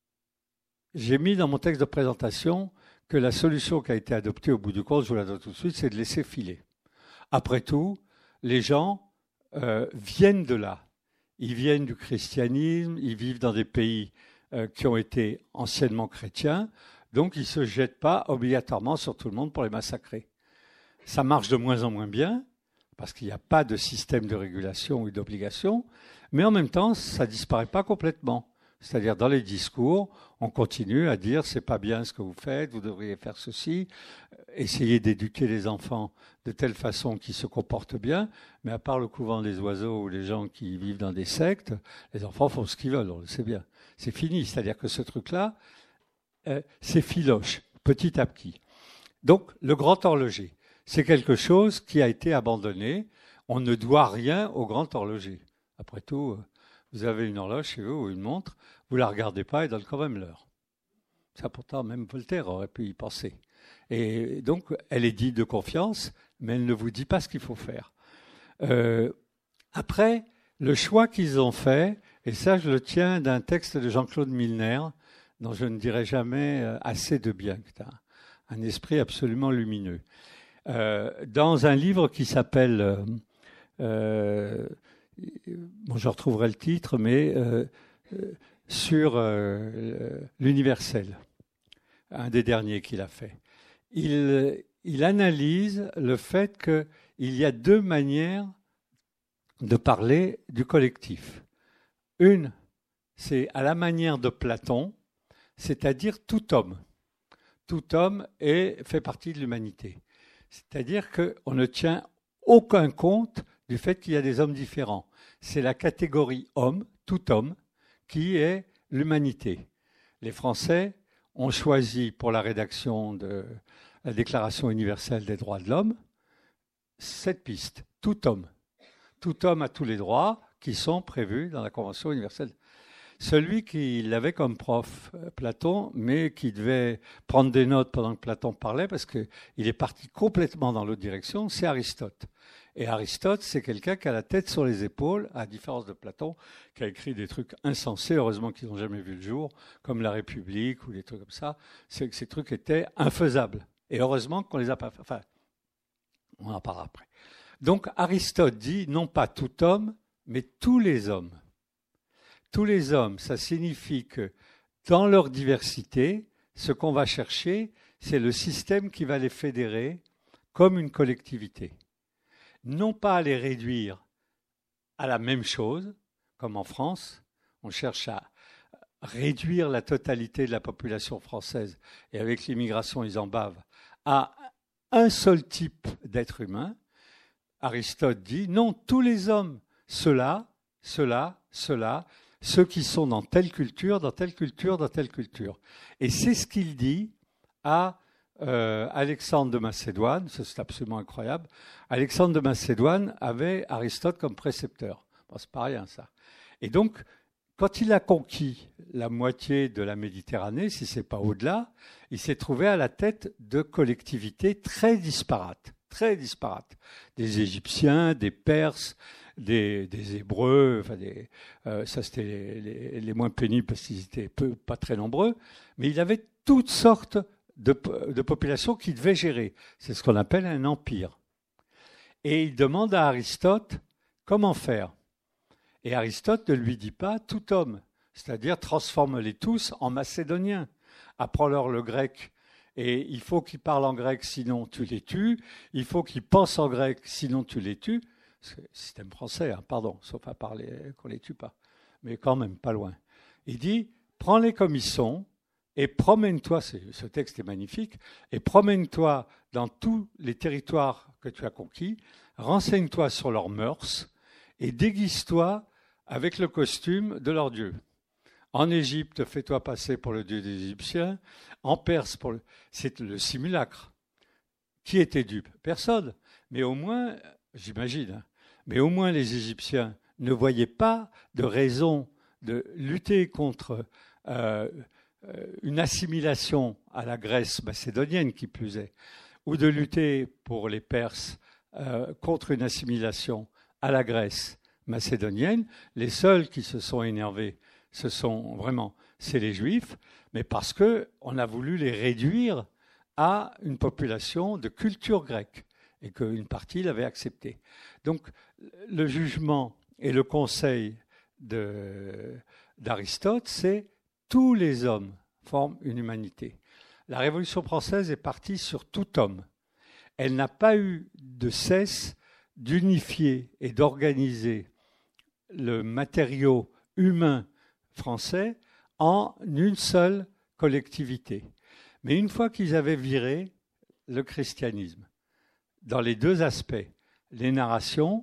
j'ai mis dans mon texte de présentation que la solution qui a été adoptée au bout du compte, je vous la donne tout de suite, c'est de laisser filer. Après tout, les gens euh, viennent de là. Ils viennent du christianisme, ils vivent dans des pays euh, qui ont été anciennement chrétiens, donc ils ne se jettent pas obligatoirement sur tout le monde pour les massacrer. Ça marche de moins en moins bien, parce qu'il n'y a pas de système de régulation ou d'obligation, mais en même temps, ça ne disparaît pas complètement. C'est-à-dire, dans les discours, on continue à dire « c'est pas bien ce que vous faites, vous devriez faire ceci », essayer d'éduquer les enfants de telle façon qu'ils se comportent bien, mais à part le couvent des oiseaux ou les gens qui vivent dans des sectes, les enfants font ce qu'ils veulent, on le sait bien. C'est fini, c'est-à-dire que ce truc-là, euh, c'est filoche, petit à petit. Donc, le grand horloger, c'est quelque chose qui a été abandonné. On ne doit rien au grand horloger. Après tout, vous avez une horloge chez vous ou une montre, vous ne la regardez pas et donne quand même l'heure. Ça, pourtant, même Voltaire aurait pu y penser. Et donc, elle est dite de confiance, mais elle ne vous dit pas ce qu'il faut faire. Euh, après, le choix qu'ils ont fait, et ça, je le tiens d'un texte de Jean-Claude Milner, dont je ne dirai jamais assez de bien, c'est un, un esprit absolument lumineux. Euh, dans un livre qui s'appelle... Euh, euh, bon, je retrouverai le titre, mais euh, euh, sur euh, l'universel, un des derniers qu'il a fait. Il, il analyse le fait qu'il y a deux manières de parler du collectif. Une, c'est à la manière de Platon, c'est-à-dire tout homme. Tout homme est, fait partie de l'humanité. C'est-à-dire qu'on ne tient aucun compte du fait qu'il y a des hommes différents. C'est la catégorie homme, tout homme, qui est l'humanité. Les Français ont choisi pour la rédaction de la Déclaration universelle des droits de l'homme cette piste, tout homme. Tout homme a tous les droits qui sont prévus dans la Convention universelle. Celui qui l'avait comme prof, Platon, mais qui devait prendre des notes pendant que Platon parlait, parce qu'il est parti complètement dans l'autre direction, c'est Aristote. Et Aristote, c'est quelqu'un qui a la tête sur les épaules, à différence de Platon, qui a écrit des trucs insensés, heureusement qu'ils n'ont jamais vu le jour, comme la République ou des trucs comme ça. C'est que ces trucs étaient infaisables. Et heureusement qu'on les a pas fait. Enfin, on en parlera après. Donc Aristote dit, non pas tout homme, mais tous les hommes. Tous les hommes, ça signifie que dans leur diversité, ce qu'on va chercher, c'est le système qui va les fédérer comme une collectivité. Non pas à les réduire à la même chose, comme en France, on cherche à réduire la totalité de la population française, et avec l'immigration, ils en bavent, à un seul type d'être humain. Aristote dit, non, tous les hommes, ceux-là, ceux-là, ceux-là, ceux qui sont dans telle culture, dans telle culture, dans telle culture. Et c'est ce qu'il dit à euh, Alexandre de Macédoine, ça c'est absolument incroyable. Alexandre de Macédoine avait Aristote comme précepteur. Bon, c'est pas rien ça. Et donc, quand il a conquis la moitié de la Méditerranée, si ce n'est pas au-delà, il s'est trouvé à la tête de collectivités très disparates, très disparates. Des Égyptiens, des Perses, Des, des Hébreux, enfin des, euh, ça c'était les, les, les moins pénibles parce qu'ils étaient peu, pas très nombreux, mais il avait toutes sortes de, de populations qu'il devait gérer. C'est ce qu'on appelle un empire. Et il demande à Aristote comment faire. Et Aristote ne lui dit pas tout homme, c'est-à-dire transforme-les tous en macédoniens, apprends-leur le grec. Et il faut qu'ils parlent en grec, sinon tu les tues. Il faut qu'ils pensent en grec, sinon tu les tues. C'est le système français, hein, pardon, sauf à parler qu'on ne les tue pas, mais quand même pas loin. Il dit, prends-les comme ils sont et promène-toi, ce texte est magnifique, et promène-toi dans tous les territoires que tu as conquis, renseigne-toi sur leurs mœurs et déguise-toi avec le costume de leur dieu. En Égypte, fais-toi passer pour le dieu des Égyptiens, en Perse, pour le... c'est le simulacre. Qui était dupe? Personne, mais au moins... J'imagine, hein. Mais au moins les Égyptiens ne voyaient pas de raison de lutter contre euh, une assimilation à la Grèce macédonienne, qui plus est, ou de lutter pour les Perses euh, contre une assimilation à la Grèce macédonienne, les seuls qui se sont énervés, ce sont vraiment, c'est les Juifs, mais parce qu'on a voulu les réduire à une population de culture grecque et qu'une partie l'avait accepté. Donc le jugement et le conseil de, d'Aristote, c'est tous les hommes forment une humanité. La Révolution française est partie sur tout homme. Elle n'a pas eu de cesse d'unifier et d'organiser le matériau humain français en une seule collectivité. Mais une fois qu'ils avaient viré le christianisme, dans les deux aspects, les narrations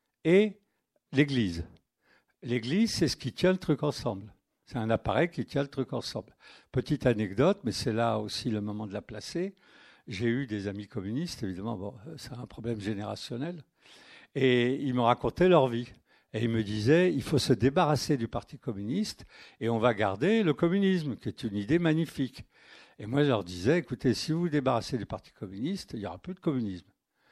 et l'Église. L'Église, c'est ce qui tient le truc ensemble. C'est un appareil qui tient le truc ensemble. Petite anecdote, mais c'est là aussi le moment de la placer. J'ai eu des amis communistes, évidemment, bon, c'est un problème générationnel, et ils me racontaient leur vie. Et ils me disaient, il faut se débarrasser du Parti communiste et on va garder le communisme, qui est une idée magnifique. Et moi, je leur disais, écoutez, si vous vous débarrassez du Parti communiste, il n'y aura plus de communisme.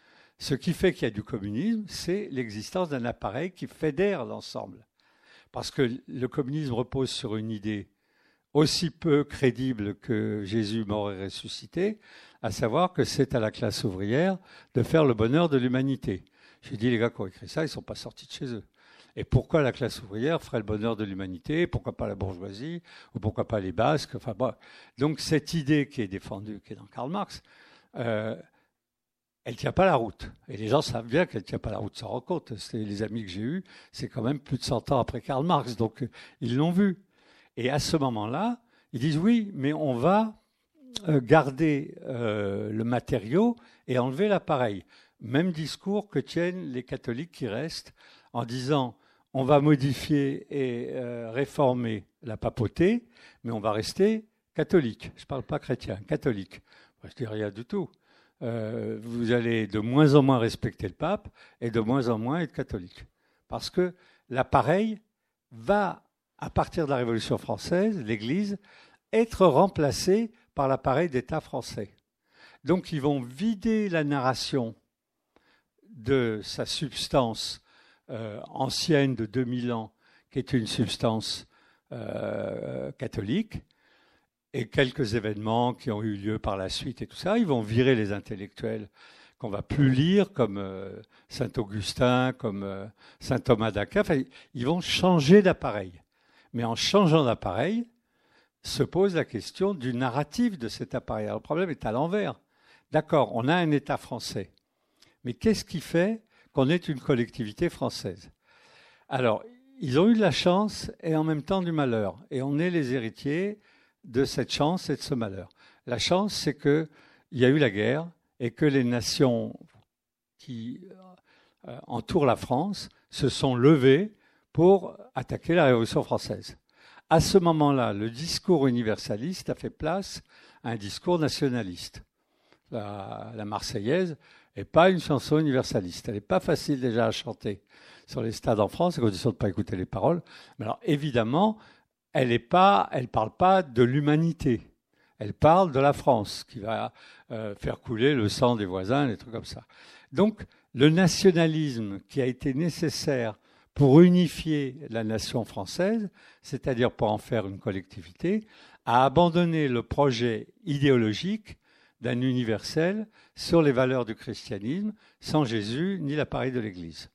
Ce qui fait qu'il y a du communisme, c'est l'existence d'un appareil qui fédère l'ensemble. Parce que le communisme repose sur une idée aussi peu crédible que Jésus mort et ressuscité, à savoir que c'est à la classe ouvrière de faire le bonheur de l'humanité. J'ai dit, les gars qui ont écrit ça, ils ne sont pas sortis de chez eux. Et pourquoi la classe ouvrière ferait le bonheur de l'humanité? Pourquoi pas la bourgeoisie? Ou pourquoi pas les Basques? Enfin, bon. Donc cette idée qui est défendue, qui est dans Karl Marx, euh, elle ne tient pas la route. Et les gens savent bien qu'elle ne tient pas la route, s'en rendent compte. C'est les amis que j'ai eus, c'est quand même plus de cent ans après Karl Marx, donc euh, ils l'ont vu. Et à ce moment-là, ils disent oui, mais on va euh, garder euh, le matériau et enlever l'appareil. Même discours que tiennent les catholiques qui restent en disant on va modifier et euh, réformer la papauté, mais on va rester catholique. Je ne parle pas chrétien, catholique. Moi, je ne dis rien du tout. Euh, vous allez de moins en moins respecter le pape et de moins en moins être catholique. Parce que l'appareil va, à partir de la Révolution française, l'Église, être remplacé par l'appareil d'État français. Donc ils vont vider la narration de sa substance euh, ancienne de deux mille ans, qui est une substance euh, catholique, et quelques événements qui ont eu lieu par la suite et tout ça. Ils vont virer les intellectuels qu'on ne va plus lire, comme euh, Saint-Augustin, comme euh, Saint Thomas d'Aquin. Enfin, ils vont changer d'appareil. Mais en changeant d'appareil, se pose la question du narratif de cet appareil. Alors, le problème est à l'envers. D'accord, on a un État français. Mais qu'est-ce qui fait qu'on est une collectivité française? Alors, ils ont eu de la chance et en même temps du malheur. Et on est les héritiers de cette chance et de ce malheur. La chance, c'est qu'il y a eu la guerre et que les nations qui euh, entourent la France se sont levées pour attaquer la Révolution française. À ce moment-là, le discours universaliste a fait place à un discours nationaliste. La, la Marseillaise n'est pas une chanson universaliste. Elle n'est pas facile déjà à chanter sur les stades en France, à condition de ne pas écouter les paroles. Mais alors, évidemment, elle ne parle pas de l'humanité. Elle parle de la France, qui va euh, faire couler le sang des voisins, des trucs comme ça. Donc, le nationalisme qui a été nécessaire pour unifier la nation française, c'est-à-dire pour en faire une collectivité, a abandonné le projet idéologique d'un universel sur les valeurs du christianisme, sans Jésus ni l'appareil de l'Église.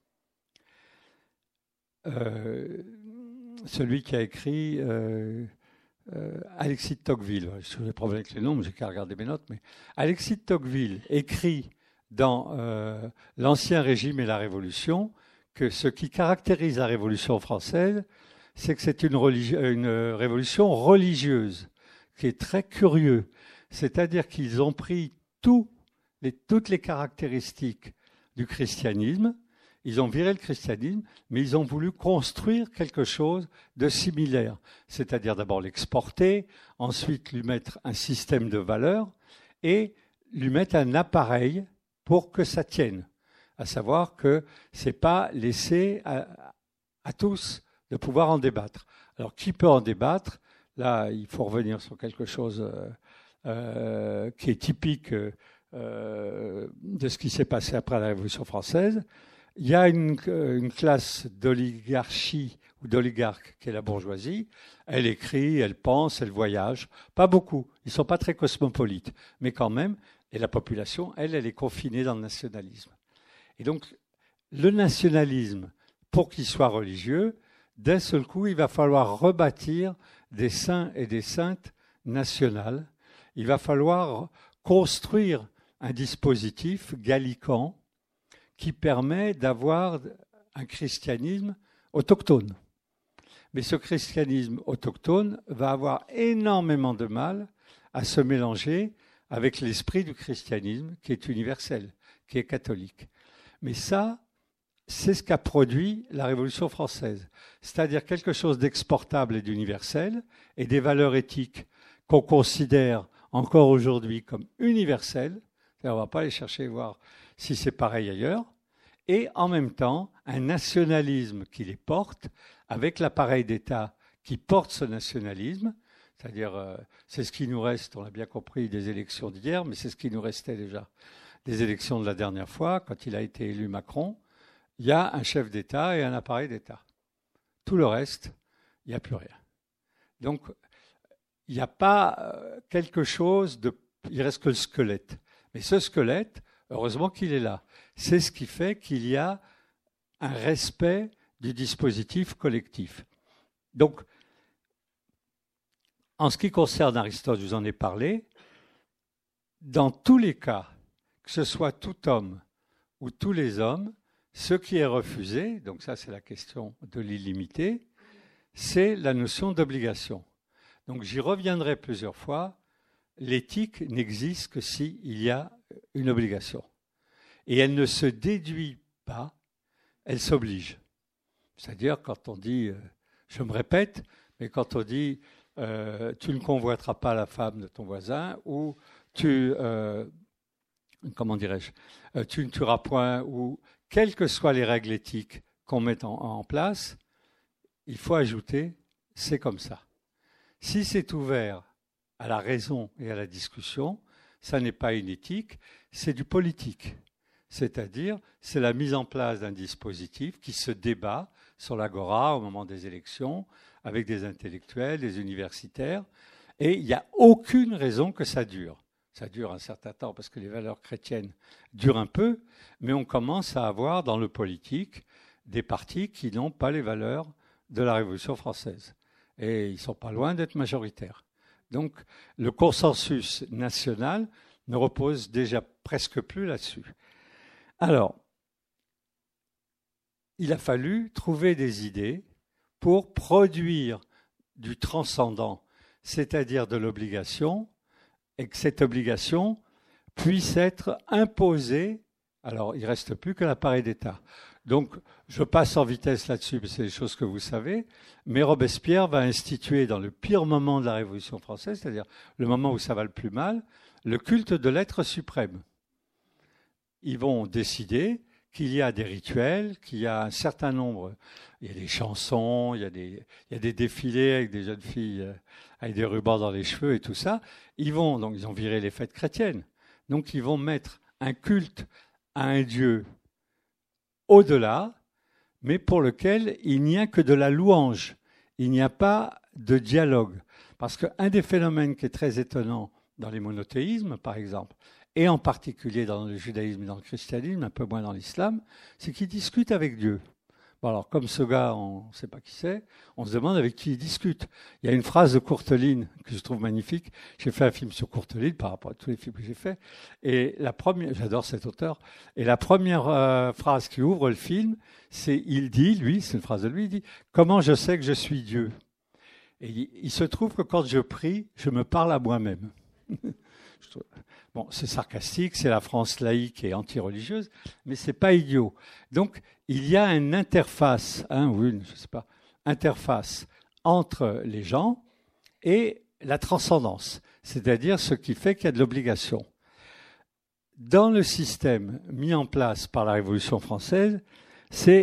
Euh, celui qui a écrit euh, euh, Alexis de Tocqueville, je suis des problèmes avec les noms, mais j'ai qu'à regarder mes notes, mais Alexis de Tocqueville écrit dans euh, l'Ancien Régime et la Révolution que ce qui caractérise la Révolution française, c'est que c'est une, religi- une révolution religieuse, qui est très curieux. C'est-à-dire qu'ils ont pris tout les, toutes les caractéristiques du christianisme, ils ont viré le christianisme, mais ils ont voulu construire quelque chose de similaire. C'est-à-dire d'abord l'exporter, ensuite lui mettre un système de valeurs et lui mettre un appareil pour que ça tienne. À savoir que ce n'est pas laissé à, à tous de pouvoir en débattre. Alors, qui peut en débattre? Là, il faut revenir sur quelque chose euh, euh, qui est typique euh, de ce qui s'est passé après la Révolution française. Il y a une, une classe d'oligarchie ou d'oligarques qui est la bourgeoisie. Elle écrit, elle pense, elle voyage. Pas beaucoup. Ils ne sont pas très cosmopolites. Mais quand même, et la population, elle, elle est confinée dans le nationalisme. Et donc, le nationalisme, pour qu'il soit religieux, d'un seul coup, il va falloir rebâtir des saints et des saintes nationales. Il va falloir construire un dispositif gallican qui permet d'avoir un christianisme autochtone. Mais ce christianisme autochtone va avoir énormément de mal à se mélanger avec l'esprit du christianisme qui est universel, qui est catholique. Mais ça, c'est ce qu'a produit la Révolution française, c'est-à-dire quelque chose d'exportable et d'universel, et des valeurs éthiques qu'on considère encore aujourd'hui comme universelles. On ne va pas aller chercher et voir si c'est pareil ailleurs, et en même temps, un nationalisme qui les porte, avec l'appareil d'État qui porte ce nationalisme, c'est-à-dire, euh, c'est ce qui nous reste, on l'a bien compris, des élections d'hier, mais c'est ce qui nous restait déjà des élections de la dernière fois, quand il a été élu Macron. Il y a un chef d'État et un appareil d'État. Tout le reste, il n'y a plus rien. Donc, il n'y a pas quelque chose de... Il reste que le squelette. Mais ce squelette, heureusement qu'il est là. C'est ce qui fait qu'il y a un respect du dispositif collectif. Donc, en ce qui concerne Aristote, je vous en ai parlé, dans tous les cas, que ce soit tout homme ou tous les hommes, ce qui est refusé, donc ça c'est la question de l'illimité, c'est la notion d'obligation. Donc j'y reviendrai plusieurs fois, l'éthique n'existe que s'il y a une obligation. Et elle ne se déduit pas, elle s'oblige. C'est-à-dire quand on dit, euh, je me répète, mais quand on dit euh, tu ne convoiteras pas la femme de ton voisin, ou tu, euh, comment dirais-je, euh, tu ne tueras point, ou quelles que soient les règles éthiques qu'on met en, en place, il faut ajouter, c'est comme ça. Si c'est ouvert à la raison et à la discussion, ça n'est pas une éthique, c'est du politique. C'est-à-dire, c'est la mise en place d'un dispositif qui se débat sur l'agora au moment des élections, avec des intellectuels, des universitaires, et il n'y a aucune raison que ça dure. Ça dure un certain temps parce que les valeurs chrétiennes durent un peu, mais on commence à avoir dans le politique des partis qui n'ont pas les valeurs de la Révolution française. Et ils ne sont pas loin d'être majoritaires. Donc le consensus national ne repose déjà presque plus là-dessus. Alors, il a fallu trouver des idées pour produire du transcendant, c'est-à-dire de l'obligation, et que cette obligation puisse être imposée. Alors, il ne reste plus que l'appareil d'État. Donc, je passe en vitesse là-dessus, parce que c'est des choses que vous savez, mais Robespierre va instituer dans le pire moment de la Révolution française, c'est-à-dire le moment où ça va le plus mal, le culte de l'être suprême. Ils vont décider qu'il y a des rituels, qu'il y a un certain nombre, il y a des chansons, il y a des, il y a des défilés avec des jeunes filles avec des rubans dans les cheveux et tout ça. Ils vont, donc ils ont viré les fêtes chrétiennes. Donc ils vont mettre un culte à un Dieu au-delà, mais pour lequel il n'y a que de la louange. Il n'y a pas de dialogue. Parce qu'un des phénomènes qui est très étonnant dans les monothéismes, par exemple, et en particulier dans le judaïsme et dans le christianisme, un peu moins dans l'islam, c'est qu'ils discutent avec Dieu. Bon alors, comme ce gars, on ne sait pas qui c'est, on se demande avec qui il discute. Il y a une phrase de Courteline que je trouve magnifique. J'ai fait un film sur Courteline par rapport à tous les films que j'ai faits. Et la première, j'adore cet auteur, et la première euh, phrase qui ouvre le film, c'est, il dit, lui, c'est une phrase de lui, il dit « Comment je sais que je suis Dieu ?» Et il, il se trouve que quand je prie, je me parle à moi-même. Bon, c'est sarcastique, c'est la France laïque et anti-religieuse, mais c'est pas idiot. Donc, il y a une interface, hein, ou une, je sais pas, interface entre les gens et la transcendance, c'est-à-dire ce qui fait qu'il y a de l'obligation. Dans le système mis en place par la Révolution française, c'est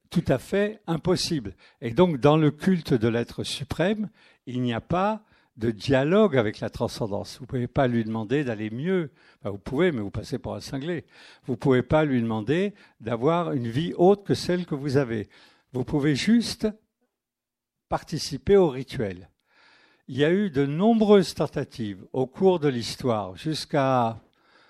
tout à fait impossible. Et donc, dans le culte de l'être suprême, il n'y a pas de dialogue avec la transcendance. Vous ne pouvez pas lui demander d'aller mieux. Enfin, vous pouvez, mais vous passez pour un cinglé. Vous ne pouvez pas lui demander d'avoir une vie autre que celle que vous avez. Vous pouvez juste participer au rituel. Il y a eu de nombreuses tentatives au cours de l'histoire, jusqu'à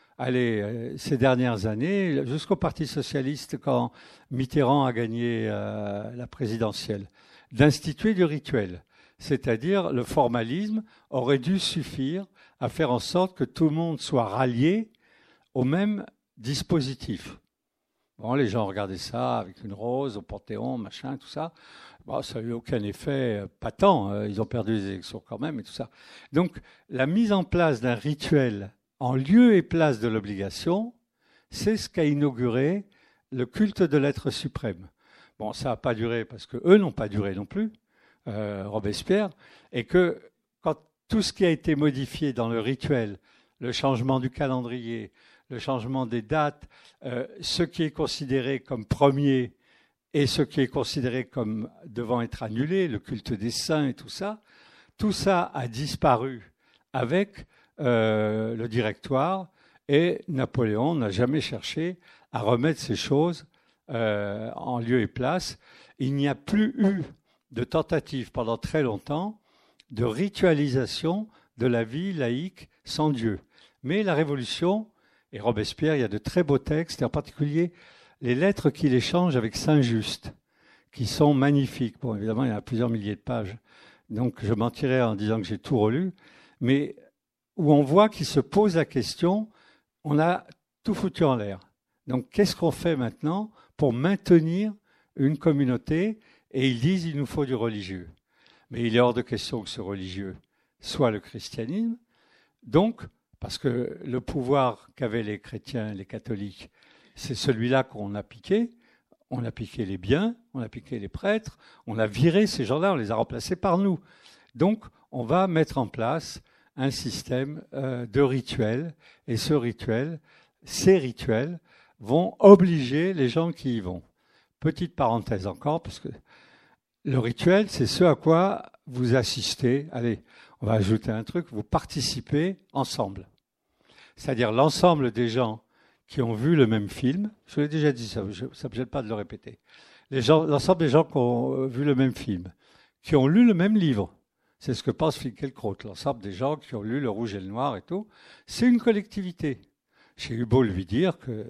allez, ces dernières années, jusqu'au Parti socialiste, quand Mitterrand a gagné euh, la présidentielle, d'instituer du rituel. C'est-à-dire, le formalisme aurait dû suffire à faire en sorte que tout le monde soit rallié au même dispositif. Bon, les gens regardaient ça avec une rose au Panthéon, machin, tout ça. Bon, ça n'a eu aucun effet, pas tant. Ils ont perdu les élections quand même et tout ça. Donc, la mise en place d'un rituel en lieu et place de l'obligation, c'est ce qu'a inauguré le culte de l'être suprême. Bon, ça n'a pas duré parce qu'eux n'ont pas duré non plus. Euh, Robespierre, et que quand tout ce qui a été modifié dans le rituel, le changement du calendrier, le changement des dates, euh, ce qui est considéré comme premier et ce qui est considéré comme devant être annulé, le culte des saints et tout ça, tout ça a disparu avec euh, le directoire, et Napoléon n'a jamais cherché à remettre ces choses euh, en lieu et place. Il n'y a plus eu de tentative pendant très longtemps de ritualisation de la vie laïque sans Dieu. Mais la Révolution, et Robespierre, il y a de très beaux textes, et en particulier les lettres qu'il échange avec Saint-Just, qui sont magnifiques. Bon, évidemment, il y en a plusieurs milliers de pages, donc je mentirais en disant que j'ai tout relu, mais où on voit qu'il se pose la question, on a tout foutu en l'air. Donc, qu'est-ce qu'on fait maintenant pour maintenir une communauté ? Et ils disent qu'il nous faut du religieux. Mais il est hors de question que ce religieux soit le christianisme. Donc, parce que le pouvoir qu'avaient les chrétiens, les catholiques, c'est celui-là qu'on a piqué. On a piqué les biens, on a piqué les prêtres, on a viré ces gens-là, on les a remplacés par nous. Donc, on va mettre en place un système euh, de rituels. Et ce rituel, ces rituels, vont obliger les gens qui y vont. Petite parenthèse encore, parce que le rituel, c'est ce à quoi vous assistez. Allez, on va ajouter un truc, vous participez ensemble. C'est-à-dire l'ensemble des gens qui ont vu le même film, je l'ai déjà dit, ça ne me gêne pas de le répéter, les gens, l'ensemble des gens qui ont vu le même film, qui ont lu le même livre, c'est ce que pense Finkielkraut, l'ensemble des gens qui ont lu Le Rouge et le Noir et tout, c'est une collectivité. J'ai eu beau lui dire que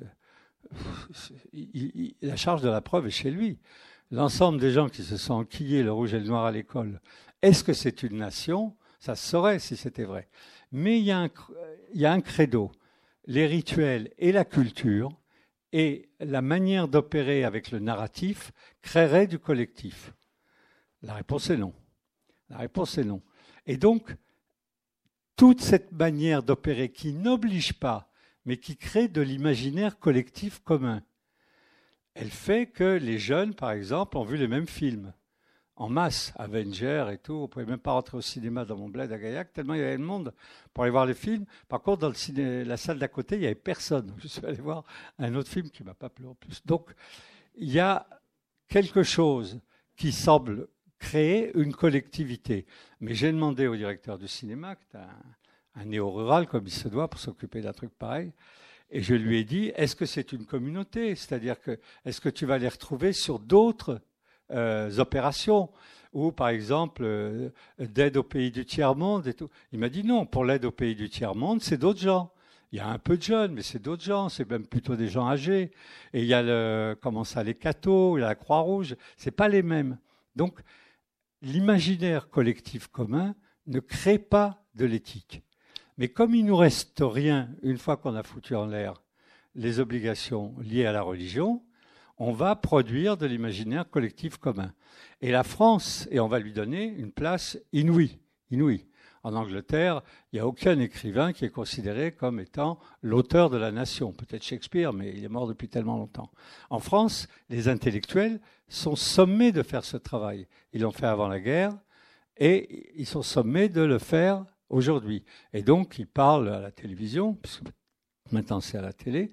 il, il, la charge de la preuve est chez lui. L'ensemble des gens qui se sont enquillés le rouge et le noir à l'école, est-ce que c'est une nation ? Ça se saurait si c'était vrai. Mais il y a un, il y a un credo. Les rituels et la culture et la manière d'opérer avec le narratif créeraient du collectif. La réponse est non. La réponse est non. Et donc, toute cette manière d'opérer qui n'oblige pas, mais qui crée de l'imaginaire collectif commun, elle fait que les jeunes, par exemple, ont vu les mêmes films, en masse, Avengers et tout. On ne pouvait même pas rentrer au cinéma dans mon bled à Gaillac, tellement il y avait de monde pour aller voir les films. Par contre, dans le ciné, la salle d'à côté, il n'y avait personne. Je suis allé voir un autre film qui ne m'a pas plu en plus. Donc, il y a quelque chose qui semble créer une collectivité. Mais j'ai demandé au directeur du cinéma, qui est un, un néo-rural comme il se doit pour s'occuper d'un truc pareil, et je lui ai dit, est-ce que c'est une communauté ? C'est-à-dire que, est-ce que tu vas les retrouver sur d'autres euh, opérations, ou par exemple euh, d'aide aux pays du tiers-monde et tout. Il m'a dit non, pour l'aide aux pays du tiers-monde, c'est d'autres gens. Il y a un peu de jeunes, mais c'est d'autres gens, c'est même plutôt des gens âgés. Et il y a le, comment ça, les cathos, il y a la Croix-Rouge, c'est pas les mêmes. Donc, l'imaginaire collectif commun ne crée pas de l'éthique. Mais comme il ne nous reste rien, une fois qu'on a foutu en l'air les obligations liées à la religion, on va produire de l'imaginaire collectif commun. Et la France, et on va lui donner une place inouïe, inouïe. En Angleterre, il n'y a aucun écrivain qui est considéré comme étant l'auteur de la nation. Peut-être Shakespeare, mais il est mort depuis tellement longtemps. En France, les intellectuels sont sommés de faire ce travail. Ils l'ont fait avant la guerre et ils sont sommés de le faire aujourd'hui. Et donc, ils parlent à la télévision, puisque maintenant c'est à la télé,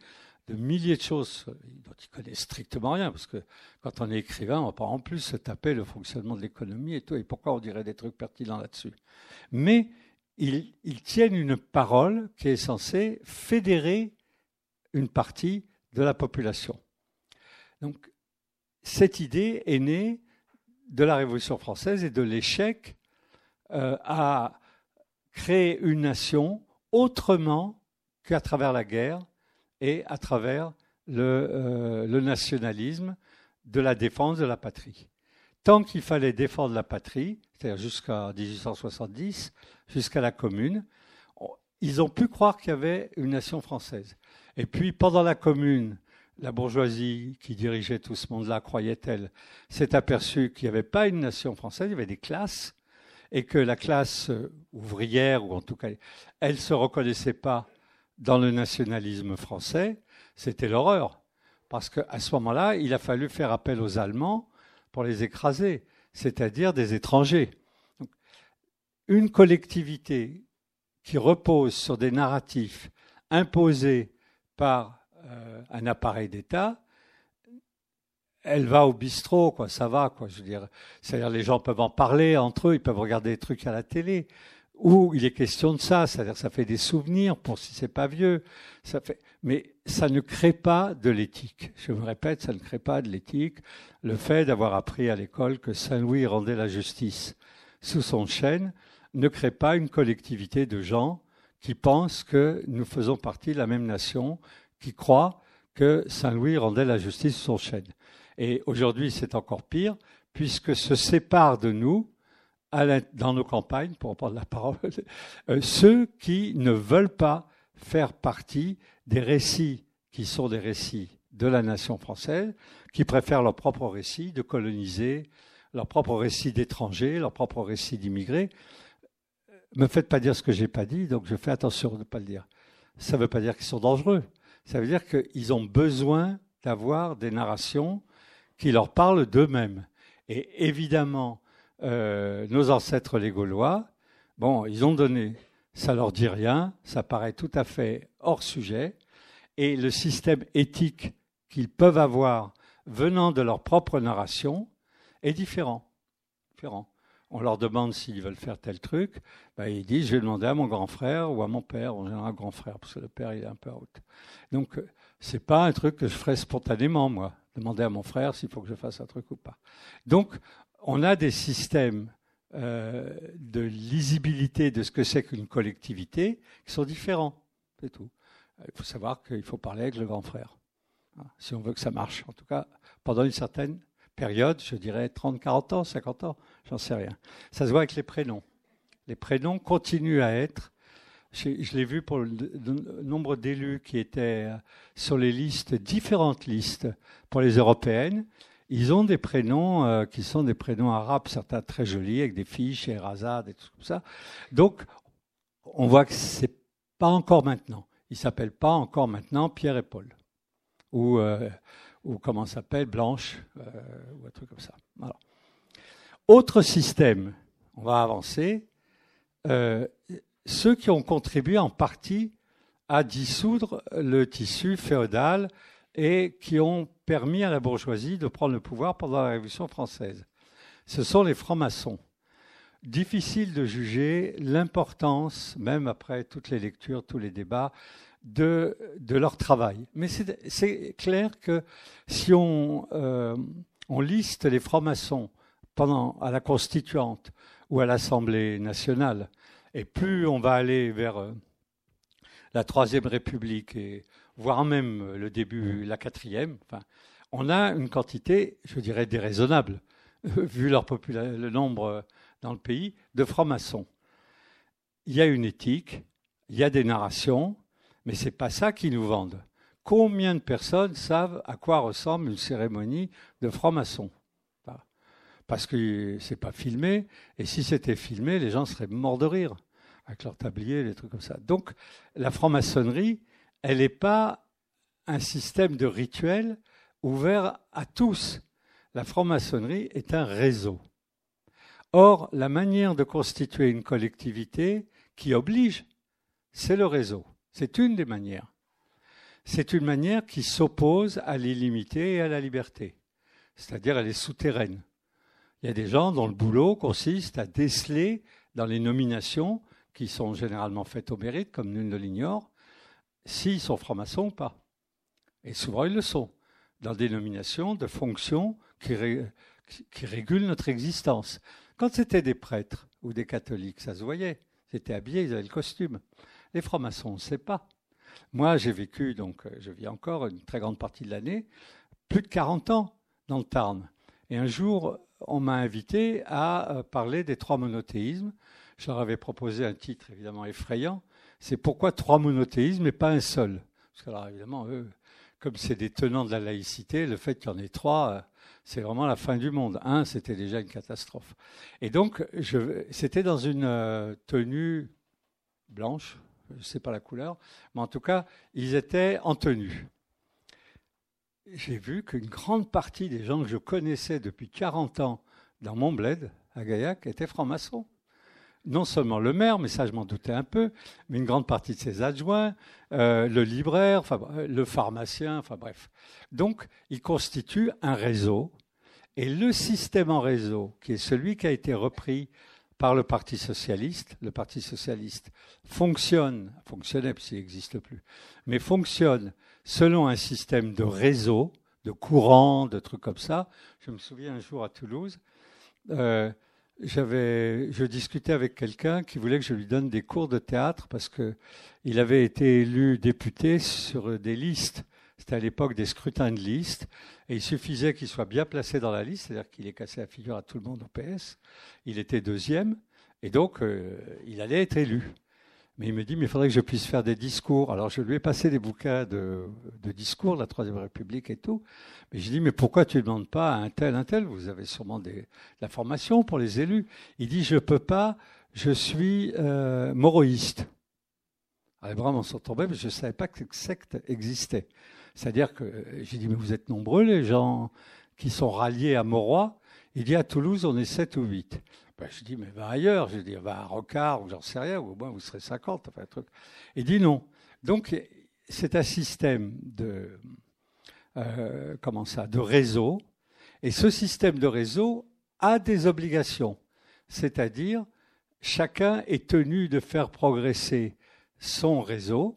de milliers de choses dont il connaît strictement rien, parce que quand on est écrivain, on ne va pas en plus se taper le fonctionnement de l'économie et tout, et pourquoi on dirait des trucs pertinents là-dessus. Mais ils, ils tiennent une parole qui est censée fédérer une partie de la population. Donc, cette idée est née de la Révolution française et de l'échec euh, à créer une nation autrement qu'à travers la guerre et à travers le, euh, le nationalisme de la défense de la patrie. Tant qu'il fallait défendre la patrie, c'est-à-dire jusqu'en dix-huit cent soixante-dix, jusqu'à la Commune, ils ont pu croire qu'il y avait une nation française. Et puis, pendant la Commune, la bourgeoisie qui dirigeait tout ce monde-là, croyait-elle, s'est aperçue qu'il n'y avait pas une nation française, il y avait des classes, et que la classe ouvrière, ou en tout cas, elle ne se reconnaissait pas dans le nationalisme français. C'était l'horreur. Parce qu'à ce moment-là, il a fallu faire appel aux Allemands pour les écraser, c'est-à-dire des étrangers. Donc, une collectivité qui repose sur des narratifs imposés par euh, un appareil d'État, elle va au bistrot, quoi, ça va, quoi, je veux dire. C'est-à-dire les gens peuvent en parler entre eux, ils peuvent regarder des trucs à la télé, où il est question de ça, c'est-à-dire ça fait des souvenirs pour si c'est pas vieux, ça fait, mais ça ne crée pas de l'éthique. Je me répète, ça ne crée pas de l'éthique. Le fait d'avoir appris à l'école que Saint-Louis rendait la justice sous son chêne ne crée pas une collectivité de gens qui pensent que nous faisons partie de la même nation, qui croient que Saint-Louis rendait la justice sous son chêne. Et aujourd'hui, c'est encore pire, puisque se séparent de nous, à dans nos campagnes, pour reprendre la parole, euh, ceux qui ne veulent pas faire partie des récits qui sont des récits de la nation française, qui préfèrent leur propre récit de coloniser, leur propre récit d'étrangers, leur propre récit d'immigrés. Ne me faites pas dire ce que je n'ai pas dit, donc je fais attention de ne pas le dire. Ça ne veut pas dire qu'ils sont dangereux. Ça veut dire qu'ils ont besoin d'avoir des narrations qui leur parlent d'eux-mêmes. Et évidemment, euh, nos ancêtres les Gaulois, bon, ils ont donné, ça leur dit rien, ça paraît tout à fait hors sujet, et le système éthique qu'ils peuvent avoir venant de leur propre narration est différent. différent. On leur demande s'ils veulent faire tel truc, ben, ils disent, je vais demander à mon grand frère ou à mon père, en général grand frère, parce que le père il est un peu out. Donc, c'est pas un truc que je ferais spontanément, moi. Demander à mon frère s'il faut que je fasse un truc ou pas. Donc, on a des systèmes euh, de lisibilité de ce que c'est qu'une collectivité qui sont différents, c'est tout. Il faut savoir qu'il faut parler avec le grand frère, hein, si on veut que ça marche. En tout cas, pendant une certaine période, je dirais trente, quarante ans, cinquante ans, j'en sais rien. Ça se voit avec les prénoms. Les prénoms continuent à être... Je, je l'ai vu pour le, le nombre d'élus qui étaient sur les listes, différentes listes pour les européennes. Ils ont des prénoms euh, qui sont des prénoms arabes, certains très jolis, avec des fiches, et Razad et tout comme ça. Donc, on voit que c'est pas encore maintenant. Ils ne s'appellent pas encore maintenant Pierre et Paul. Ou, euh, ou comment ça s'appelle, Blanche, euh, ou un truc comme ça. Alors. Autre système, on va avancer. Euh, ceux qui ont contribué en partie à dissoudre le tissu féodal et qui ont permis à la bourgeoisie de prendre le pouvoir pendant la Révolution française. Ce sont les francs-maçons. Difficile de juger l'importance, même après toutes les lectures, tous les débats, de, de leur travail. Mais c'est, c'est clair que si on, euh, on liste les francs-maçons pendant, à la Constituante ou à l'Assemblée nationale, et plus on va aller vers euh, la Troisième République, et voire même le début, la Quatrième, enfin, on a une quantité, je dirais, déraisonnable, vu leur popula- le nombre dans le pays, de francs-maçons. Il y a une éthique, il y a des narrations, mais ce n'est pas ça qu'ils nous vendent. Combien de personnes savent à quoi ressemble une cérémonie de francs-maçons ? Parce que ce n'est pas filmé, et si c'était filmé, les gens seraient morts de rire, avec leurs tabliers, des trucs comme ça. Donc, la franc-maçonnerie, elle n'est pas un système de rituel ouvert à tous. La franc-maçonnerie est un réseau. Or, la manière de constituer une collectivité qui oblige, c'est le réseau. C'est une des manières. c'est une manière qui s'oppose à l'illimité et à la liberté. C'est-à-dire, elle est souterraine. Il y a des gens dont le boulot consiste à déceler dans les nominations, qui sont généralement faites au mérite, comme nul ne l'ignore, s'ils sont francs-maçons ou pas. Et souvent, ils le sont, dans des nominations de fonctions qui, ré, qui régulent notre existence. Quand c'était des prêtres ou des catholiques, ça se voyait. Ils étaient habillés, ils avaient le costume. Les francs-maçons, on ne sait pas. Moi, j'ai vécu, donc je vis encore une très grande partie de l'année, plus de quarante ans dans le Tarn. Et un jour, on m'a invité à parler des trois monothéismes. Je leur avais proposé un titre évidemment effrayant. C'est pourquoi trois monothéismes et pas un seul. Parce que alors évidemment, eux, comme c'est des tenants de la laïcité, le fait qu'il y en ait trois, c'est vraiment la fin du monde. Un, c'était déjà une catastrophe. Et donc, je, c'était dans une tenue blanche, je ne sais pas la couleur, mais en tout cas, ils étaient en tenue. J'ai vu qu'une grande partie des gens que je connaissais depuis quarante ans dans mon bled, à Gaillac, étaient francs-maçons. Non seulement le maire, mais ça je m'en doutais un peu, mais une grande partie de ses adjoints, euh, le libraire, enfin, le pharmacien, enfin bref. Donc, ils constituent un réseau. Et le système en réseau, qui est celui qui a été repris par le Parti socialiste, le Parti socialiste fonctionne, fonctionnait puisqu'il n'existe plus, mais fonctionne selon un système de réseau, de courant, de trucs comme ça. Je me souviens un jour à Toulouse, euh, j'avais, je discutais avec quelqu'un qui voulait que je lui donne des cours de théâtre parce qu'il avait été élu député sur des listes. C'était à l'époque des scrutins de liste. Et il suffisait qu'il soit bien placé dans la liste, c'est-à-dire qu'il ait cassé la figure à tout le monde au P S. Il était deuxième. Et donc, euh, il allait être élu. Mais il me dit, mais il faudrait que je puisse faire des discours. Alors, je lui ai passé des bouquins de, de discours, la Troisième République et tout. Mais je dis, mais pourquoi tu ne demandes pas à un tel, un tel? Vous avez sûrement des, de la formation pour les élus. Il dit, je ne peux pas, je suis euh, moroïste. Alors, les bras m'en sont tombés, mais je ne savais pas que cette secte existait. C'est-à-dire que j'ai dit, mais vous êtes nombreux, les gens qui sont ralliés à Mauroy. Il dit, à Toulouse, on est sept ou huit. Ben, je dis, mais va ailleurs. Je dis, va à Rocard, ou j'en sais rien, ou au moins vous serez cinquante. Enfin, un truc. Il dit non. Donc, c'est un système de, euh, comment ça, de réseau. Et ce système de réseau a des obligations. C'est-à-dire, chacun est tenu de faire progresser son réseau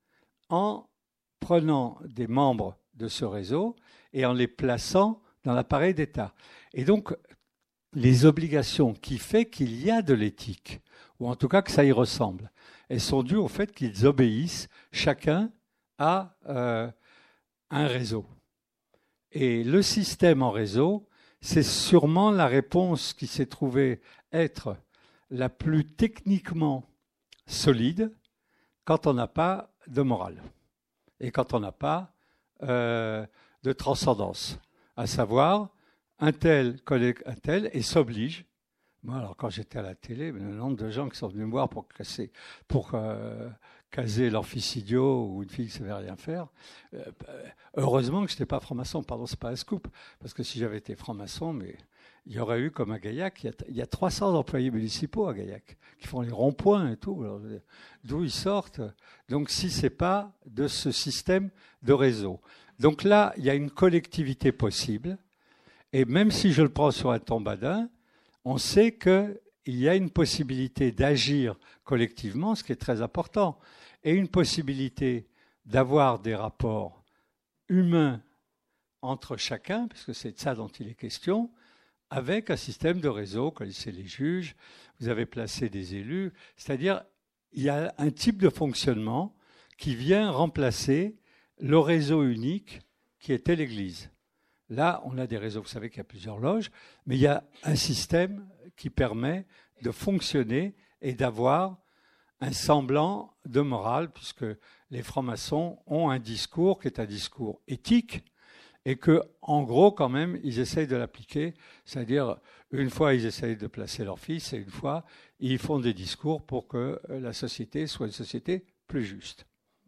en prenant des membres de ce réseau et en les plaçant dans l'appareil d'État. Et donc, les obligations qui fait qu'il y a de l'éthique, ou en tout cas que ça y ressemble, elles sont dues au fait qu'ils obéissent chacun à euh, un réseau. Et le système en réseau, c'est sûrement la réponse qui s'est trouvée être la plus techniquement solide quand on n'a pas de morale. Et quand on n'a pas euh, de transcendance, à savoir, un tel connaît un tel et s'oblige. Moi, alors quand j'étais à la télé, le nombre de gens qui sont venus me voir pour casser, pour euh, caser leur fils idiot ou une fille qui ne savait rien faire, euh, heureusement que je n'étais pas franc-maçon. Pardon, c'est pas un scoop, parce que si j'avais été franc-maçon, mais il y aurait eu comme à Gaillac, il y a, il y a trois cents employés municipaux à Gaillac qui font les ronds-points et tout. Alors, d'où ils sortent? Donc, si c'est pas de ce système de réseau. Donc là, il y a une collectivité possible. Et même si je le prends sur un tombadin, on sait qu'il y a une possibilité d'agir collectivement, ce qui est très important, et une possibilité d'avoir des rapports humains entre chacun, puisque c'est de ça dont il est question, avec un système de réseau, vous connaissez les juges, vous avez placé des élus, c'est-à-dire il y a un type de fonctionnement qui vient remplacer le réseau unique qui était l'Église. Là, on a des réseaux, vous savez qu'il y a plusieurs loges, mais il y a un système qui permet de fonctionner et d'avoir un semblant de morale, puisque les francs-maçons ont un discours qui est un discours éthique, et que, en gros, quand même, ils essayent de l'appliquer. C'est-à-dire, une fois, ils essayent de placer leur fils, et une fois, ils font des discours pour que la société soit une société plus juste.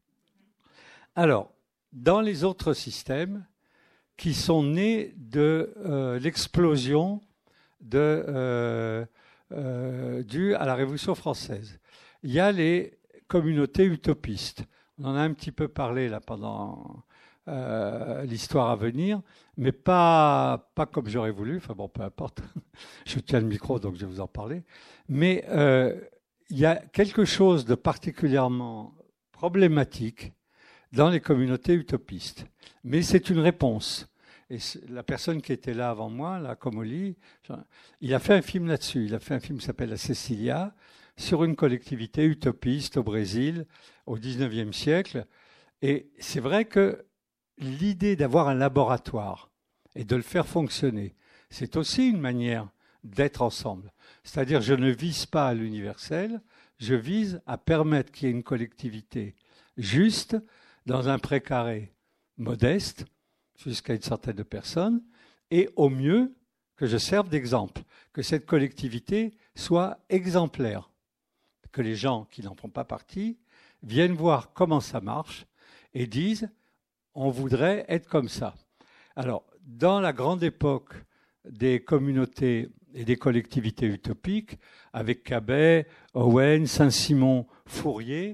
Alors, dans les autres systèmes qui sont nés de euh, l'explosion de, euh, euh, due à la Révolution française, il y a les communautés utopistes. On en a un petit peu parlé là pendant euh, l'histoire à venir, mais pas, pas comme j'aurais voulu. Enfin bon, peu importe. Je tiens le micro, donc je vais vous en parler. Mais euh, il y a quelque chose de particulièrement problématique dans les communautés utopistes. Mais c'est une réponse. Et la personne qui était là avant moi, là, Comolli, il a fait un film là-dessus. Il a fait un film qui s'appelle La Cecilia, sur une collectivité utopiste au Brésil, au dix-neuvième siècle. Et c'est vrai que l'idée d'avoir un laboratoire et de le faire fonctionner, c'est aussi une manière d'être ensemble. C'est-à-dire, je ne vise pas à l'universel, je vise à permettre qu'il y ait une collectivité juste, dans un précaré modeste, jusqu'à une centaine de personnes, et au mieux que je serve d'exemple, que cette collectivité soit exemplaire, que les gens qui n'en font pas partie viennent voir comment ça marche et disent « on voudrait être comme ça ». Alors, dans la grande époque des communautés et des collectivités utopiques, avec Cabet, Owen, Saint-Simon, Fourier,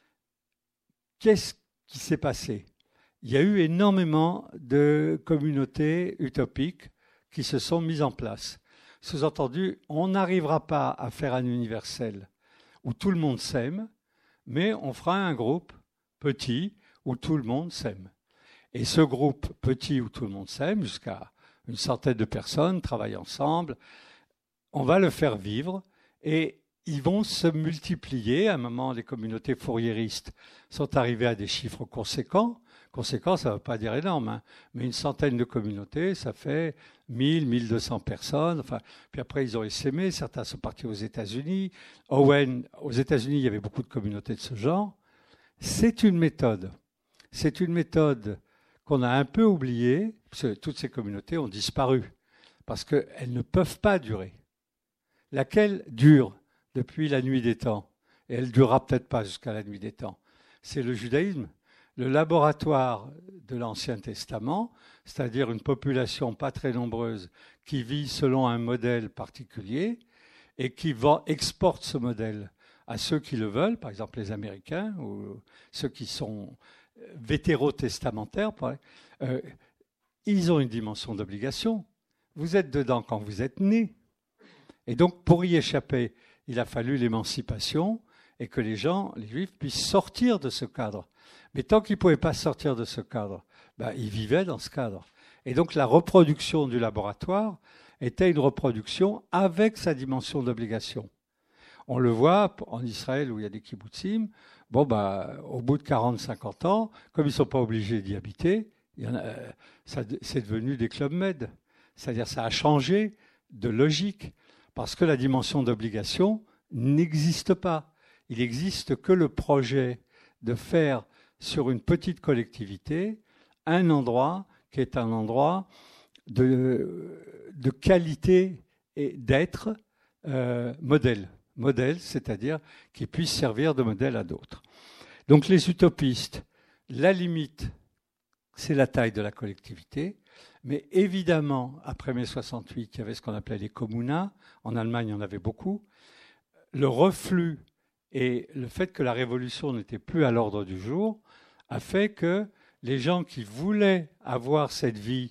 qu'est-ce qui s'est passé ? Il y a eu énormément de communautés utopiques qui se sont mises en place. Sous-entendu, on n'arrivera pas à faire un universel où tout le monde s'aime, mais on fera un groupe petit où tout le monde s'aime. Et ce groupe petit où tout le monde s'aime, jusqu'à une centaine de personnes travaillent ensemble, on va le faire vivre et ils vont se multiplier. À un moment, les communautés fourriéristes sont arrivées à des chiffres conséquents. Conséquent, ça ne veut pas dire énorme, hein, mais une centaine de communautés, ça fait mille, mille deux cents personnes. Enfin, puis après, ils ont essaimé. Certains sont partis aux États-Unis. Owen, aux États-Unis, il y avait beaucoup de communautés de ce genre. C'est une méthode. C'est une méthode qu'on a un peu oubliée, parce que toutes ces communautés ont disparu, parce qu'elles ne peuvent pas durer. Laquelle dure depuis la nuit des temps, et elle ne durera peut-être pas jusqu'à la nuit des temps, c'est le judaïsme. Le laboratoire de l'Ancien Testament, c'est-à-dire une population pas très nombreuse qui vit selon un modèle particulier et qui va, exporte ce modèle à ceux qui le veulent, par exemple les Américains ou ceux qui sont vétérotestamentaires, euh, ils ont une dimension d'obligation. Vous êtes dedans quand vous êtes né. Et donc, pour y échapper, il a fallu l'émancipation et que les gens, les Juifs, puissent sortir de ce cadre. Mais tant qu'ils ne pouvaient pas sortir de ce cadre, ben, ils vivaient dans ce cadre. Et donc la reproduction du laboratoire était une reproduction avec sa dimension d'obligation. On le voit en Israël où il y a des kibbutzim. Bon, ben, au bout de quarante, cinquante ans, comme ils ne sont pas obligés d'y habiter, il y en a, ça, c'est devenu des clubs med. C'est-à-dire ça a changé de logique parce que la dimension d'obligation n'existe pas. Il n'existe que le projet de faire sur une petite collectivité, un endroit qui est un endroit de, de qualité et d'être euh, modèle. Modèle, c'est-à-dire qui puisse servir de modèle à d'autres. Donc les utopistes, la limite, c'est la taille de la collectivité, mais évidemment, après mai soixante-huit, il y avait ce qu'on appelait les communas, en Allemagne, il y en avait beaucoup. Le reflux et le fait que la révolution n'était plus à l'ordre du jour a fait que les gens qui voulaient avoir cette vie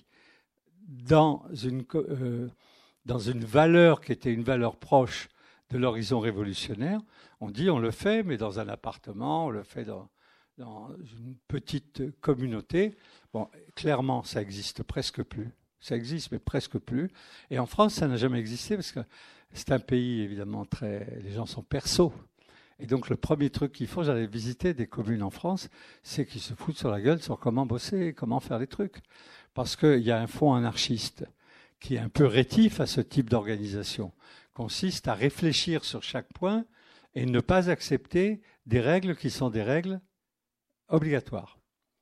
dans une, euh, dans une valeur qui était une valeur proche de l'horizon révolutionnaire, on dit on le fait, mais dans un appartement, on le fait dans, dans une petite communauté. Bon, clairement, ça existe presque plus. Ça existe, mais presque plus. Et en France, ça n'a jamais existé parce que c'est un pays, évidemment, très... Les gens sont persos. Et donc, le premier truc qu'ils font, j'allais visiter des communes en France, c'est qu'ils se foutent sur la gueule sur comment bosser, comment faire les trucs. Parce qu'il y a un fonds anarchiste qui est un peu rétif à ce type d'organisation, consiste à réfléchir sur chaque point et ne pas accepter des règles qui sont des règles obligatoires.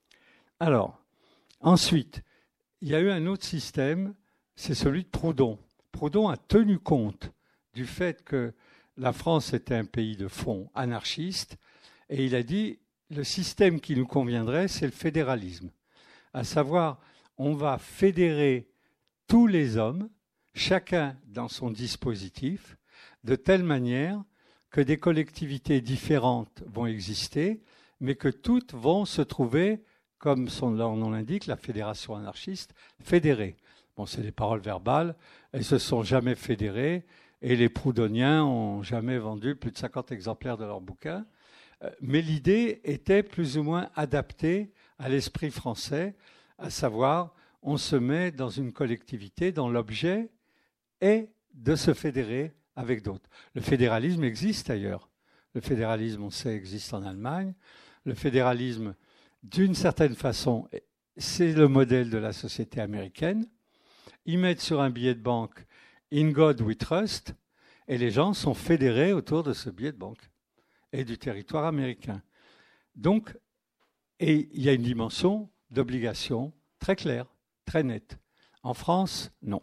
Alors, ensuite, il y a eu un autre système, c'est celui de Proudhon. Proudhon a tenu compte du fait que la France était un pays de fond anarchiste, et il a dit le système qui nous conviendrait, c'est le fédéralisme. À savoir, on va fédérer tous les hommes, chacun dans son dispositif, de telle manière que des collectivités différentes vont exister, mais que toutes vont se trouver, comme son nom l'indique, la fédération anarchiste, fédérée. Bon, c'est des paroles verbales, elles ne se sont jamais fédérées, et les proudhoniens n'ont jamais vendu plus de cinquante exemplaires de leur bouquin. Mais l'idée était plus ou moins adaptée à l'esprit français, à savoir, on se met dans une collectivité dont l'objet est de se fédérer avec d'autres. Le fédéralisme existe ailleurs. Le fédéralisme, on sait, existe en Allemagne. Le fédéralisme, d'une certaine façon, c'est le modèle de la société américaine. Ils mettent sur un billet de banque « In God we trust » et les gens sont fédérés autour de ce billet de banque et du territoire américain. Donc, et il y a une dimension d'obligation très claire, très nette. En France, non.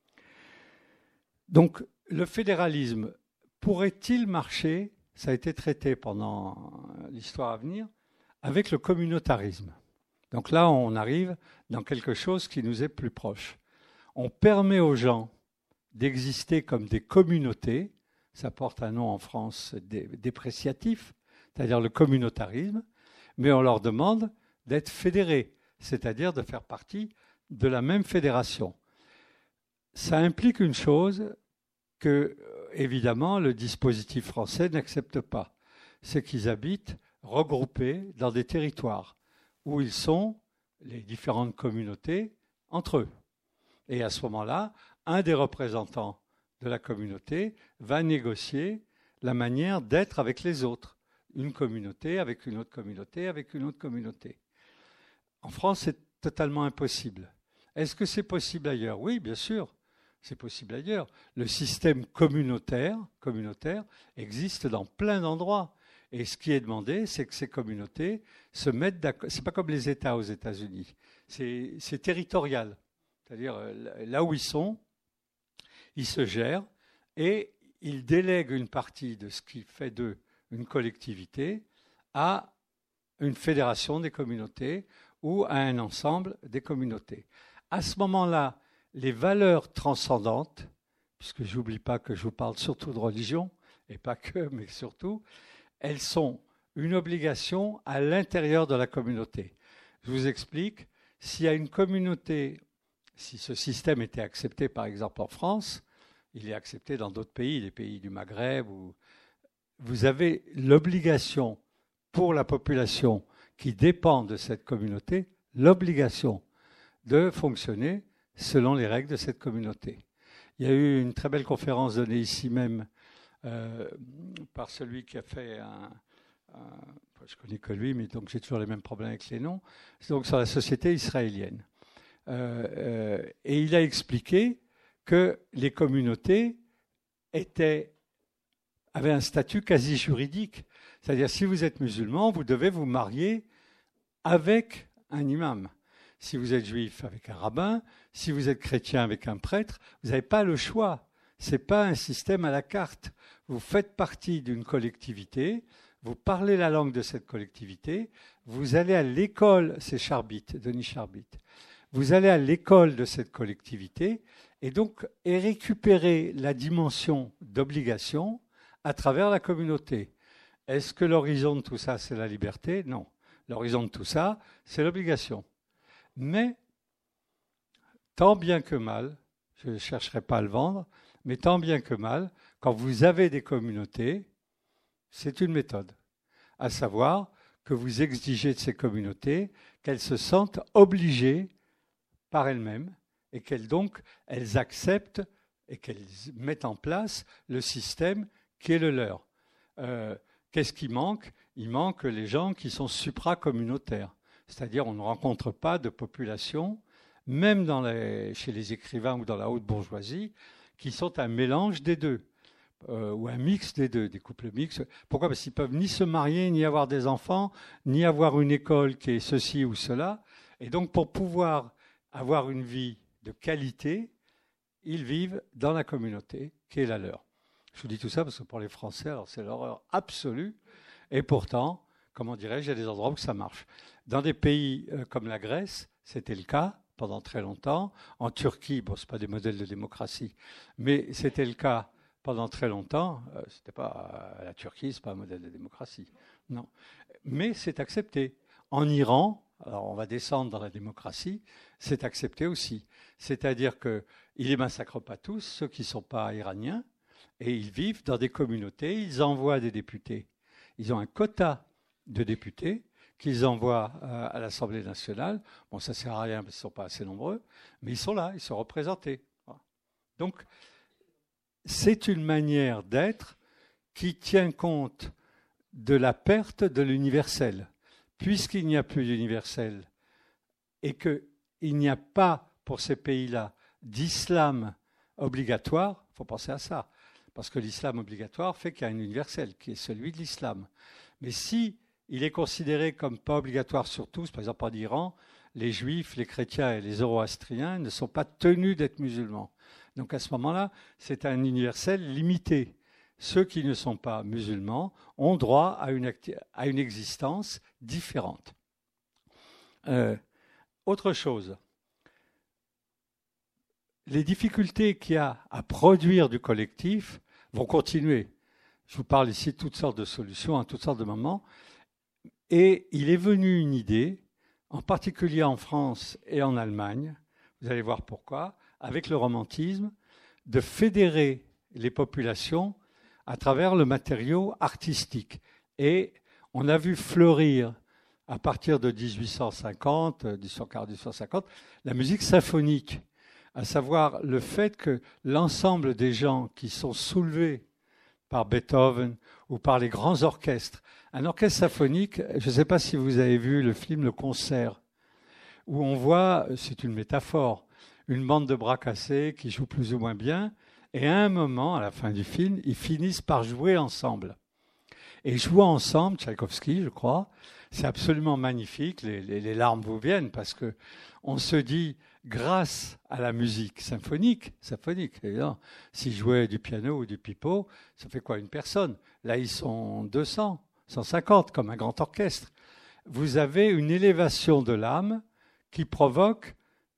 Donc, le fédéralisme pourrait-il marcher, ça a été traité pendant l'histoire à venir, avec le communautarisme. Donc là, on arrive dans quelque chose qui nous est plus proche. On permet aux gens d'exister comme des communautés, ça porte un nom en France dé- dépréciatif, c'est-à-dire le communautarisme, mais on leur demande d'être fédérés, c'est-à-dire de faire partie de la même fédération. Ça implique une chose que, évidemment, le dispositif français n'accepte pas, c'est qu'ils habitent regroupés dans des territoires où ils sont, les différentes communautés, entre eux. Et à ce moment-là, un des représentants de la communauté va négocier la manière d'être avec les autres. Une communauté avec une autre communauté, avec une autre communauté. En France, c'est totalement impossible. Est-ce que c'est possible ailleurs ? Oui, bien sûr, c'est possible ailleurs. Le système communautaire, communautaire existe dans plein d'endroits. Et ce qui est demandé, c'est que ces communautés se mettent d'accord. Ce n'est pas comme les États aux États-Unis. C'est, c'est territorial. C'est-à-dire, là où ils sont, ils se gèrent et ils délèguent une partie de ce qui fait d'eux une collectivité à une fédération des communautés ou à un ensemble des communautés. À ce moment-là, les valeurs transcendantes, puisque je n'oublie pas que je vous parle surtout de religion, et pas que, mais surtout, elles sont une obligation à l'intérieur de la communauté. Je vous explique, s'il y a une communauté, si ce système était accepté par exemple en France, il est accepté dans d'autres pays, les pays du Maghreb, où vous avez l'obligation pour la population qui dépend de cette communauté, l'obligation de fonctionner selon les règles de cette communauté. Il y a eu une très belle conférence donnée ici même euh, par celui qui a fait un, un... Je ne connais que lui, mais donc j'ai toujours les mêmes problèmes avec les noms. Donc sur la société israélienne. Euh, euh, et il a expliqué que les communautés étaient, avaient un statut quasi juridique. C'est-à-dire, si vous êtes musulman, vous devez vous marier avec un imam. Si vous êtes juif, avec un rabbin. Si vous êtes chrétien, avec un prêtre. Vous n'avez pas le choix. Ce n'est pas un système à la carte. Vous faites partie d'une collectivité, vous parlez la langue de cette collectivité, vous allez à l'école, c'est Charbit, Denis Charbit. Vous allez à l'école de cette collectivité et donc et récupérer la dimension d'obligation à travers la communauté. Est-ce que l'horizon de tout ça, c'est la liberté ? Non. L'horizon de tout ça, c'est l'obligation. Mais, tant bien que mal, je ne chercherai pas à le vendre, mais tant bien que mal, quand vous avez des communautés, c'est une méthode, à savoir que vous exigez de ces communautés qu'elles se sentent obligées par elles-mêmes et qu'elles donc elles acceptent et qu'elles mettent en place le système qui est le leur. Euh, qu'est-ce qui manque ? Il manque les gens qui sont supra-communautaires, c'est-à-dire on ne rencontre pas de population, même dans les, chez les écrivains ou dans la haute bourgeoisie, qui sont un mélange des deux, euh, ou un mix des deux, des couples mixtes. Pourquoi ? Parce qu'ils ne peuvent ni se marier, ni avoir des enfants, ni avoir une école qui est ceci ou cela. Et donc pour pouvoir avoir une vie de qualité, ils vivent dans la communauté qui est la leur. Je vous dis tout ça parce que pour les Français, alors c'est l'horreur absolue. Et pourtant, comment dirais-je, il y a des endroits où ça marche. Dans des pays euh, comme la Grèce, c'était le cas pendant très longtemps. En Turquie, bon, ce n'est pas des modèles de démocratie, mais c'était le cas pendant très longtemps, euh, c'était pas euh, la Turquie, c'est pas un modèle de démocratie. Non. Mais c'est accepté. En Iran, alors on va descendre dans la démocratie, c'est accepté aussi. C'est-à-dire qu'ils ne les massacrent pas tous, ceux qui ne sont pas iraniens, et ils vivent dans des communautés, ils envoient des députés. Ils ont un quota de députés qu'ils envoient euh, à l'Assemblée nationale. Bon, ça ne sert à rien parce qu'ils ne sont pas assez nombreux, mais ils sont là, ils sont représentés. Voilà. Donc, c'est une manière d'être qui tient compte de la perte de l'universel. Puisqu'il n'y a plus d'universel et qu'il n'y a pas pour ces pays-là d'islam obligatoire, il faut penser à ça, parce que l'islam obligatoire fait qu'il y a un universel qui est celui de l'islam. Mais si il est considéré comme pas obligatoire sur tous, par exemple en Iran, les juifs, les chrétiens et les zoroastriens ne sont pas tenus d'être musulmans. Donc à ce moment-là, c'est un universel limité. Ceux qui ne sont pas musulmans ont droit à une, acti- à une existence différente. Euh, autre chose, les difficultés qu'il y a à produire du collectif vont continuer. Je vous parle ici de toutes sortes de solutions, à toutes sortes de moments. Et il est venu une idée, en particulier en France et en Allemagne, vous allez voir pourquoi, avec le romantisme, de fédérer les populations à travers le matériau artistique. Et on a vu fleurir, à partir de dix-huit cent cinquante, dix-huit cent quarante, dix-huit cent cinquante, la musique symphonique, à savoir le fait que l'ensemble des gens qui sont soulevés par Beethoven ou par les grands orchestres, un orchestre symphonique, je ne sais pas si vous avez vu le film Le Concert, où on voit, c'est une métaphore, une bande de bras cassés qui joue plus ou moins bien, et à un moment, à la fin du film, ils finissent par jouer ensemble. Et jouer ensemble, Tchaïkovski, je crois, c'est absolument magnifique. Les, les, les larmes vous viennent parce que on se dit, grâce à la musique symphonique, symphonique, évidemment, s'ils jouaient du piano ou du pipeau, ça fait quoi, une personne? Là, ils sont deux cents, cent cinquante, comme un grand orchestre. Vous avez une élévation de l'âme qui provoque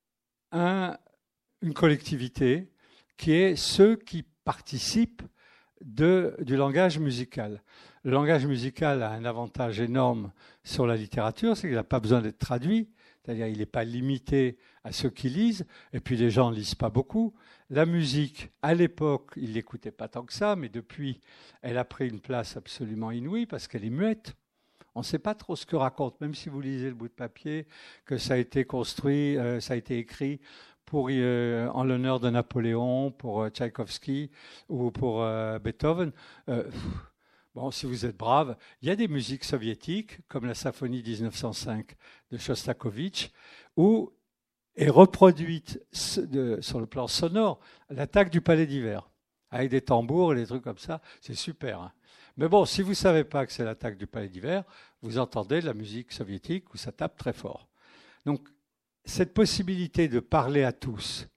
un, une collectivité, qui est ceux qui participent de, du langage musical. Le langage musical a un avantage énorme sur la littérature, c'est qu'il n'a pas besoin d'être traduit, c'est-à-dire qu'il n'est pas limité à ceux qui lisent, et puis les gens ne lisent pas beaucoup. La musique, à l'époque, ils ne l'écoutaient pas tant que ça, mais depuis, elle a pris une place absolument inouïe parce qu'elle est muette. On ne sait pas trop ce que raconte, même si vous lisez le bout de papier, que ça a été construit, euh, ça a été écrit pour, euh, en l'honneur de Napoléon, pour euh, Tchaïkovski ou pour euh, Beethoven. Euh, bon, si vous êtes brave, il y a des musiques soviétiques, comme la symphonie dix-neuf cent cinq de Shostakovich, où est reproduite de, sur le plan sonore l'attaque du Palais d'Hiver, avec des tambours et des trucs comme ça. C'est super, hein. Mais bon, si vous ne savez pas que c'est l'attaque du Palais d'Hiver, vous entendez de la musique soviétique où ça tape très fort. Donc, cette possibilité de parler à tous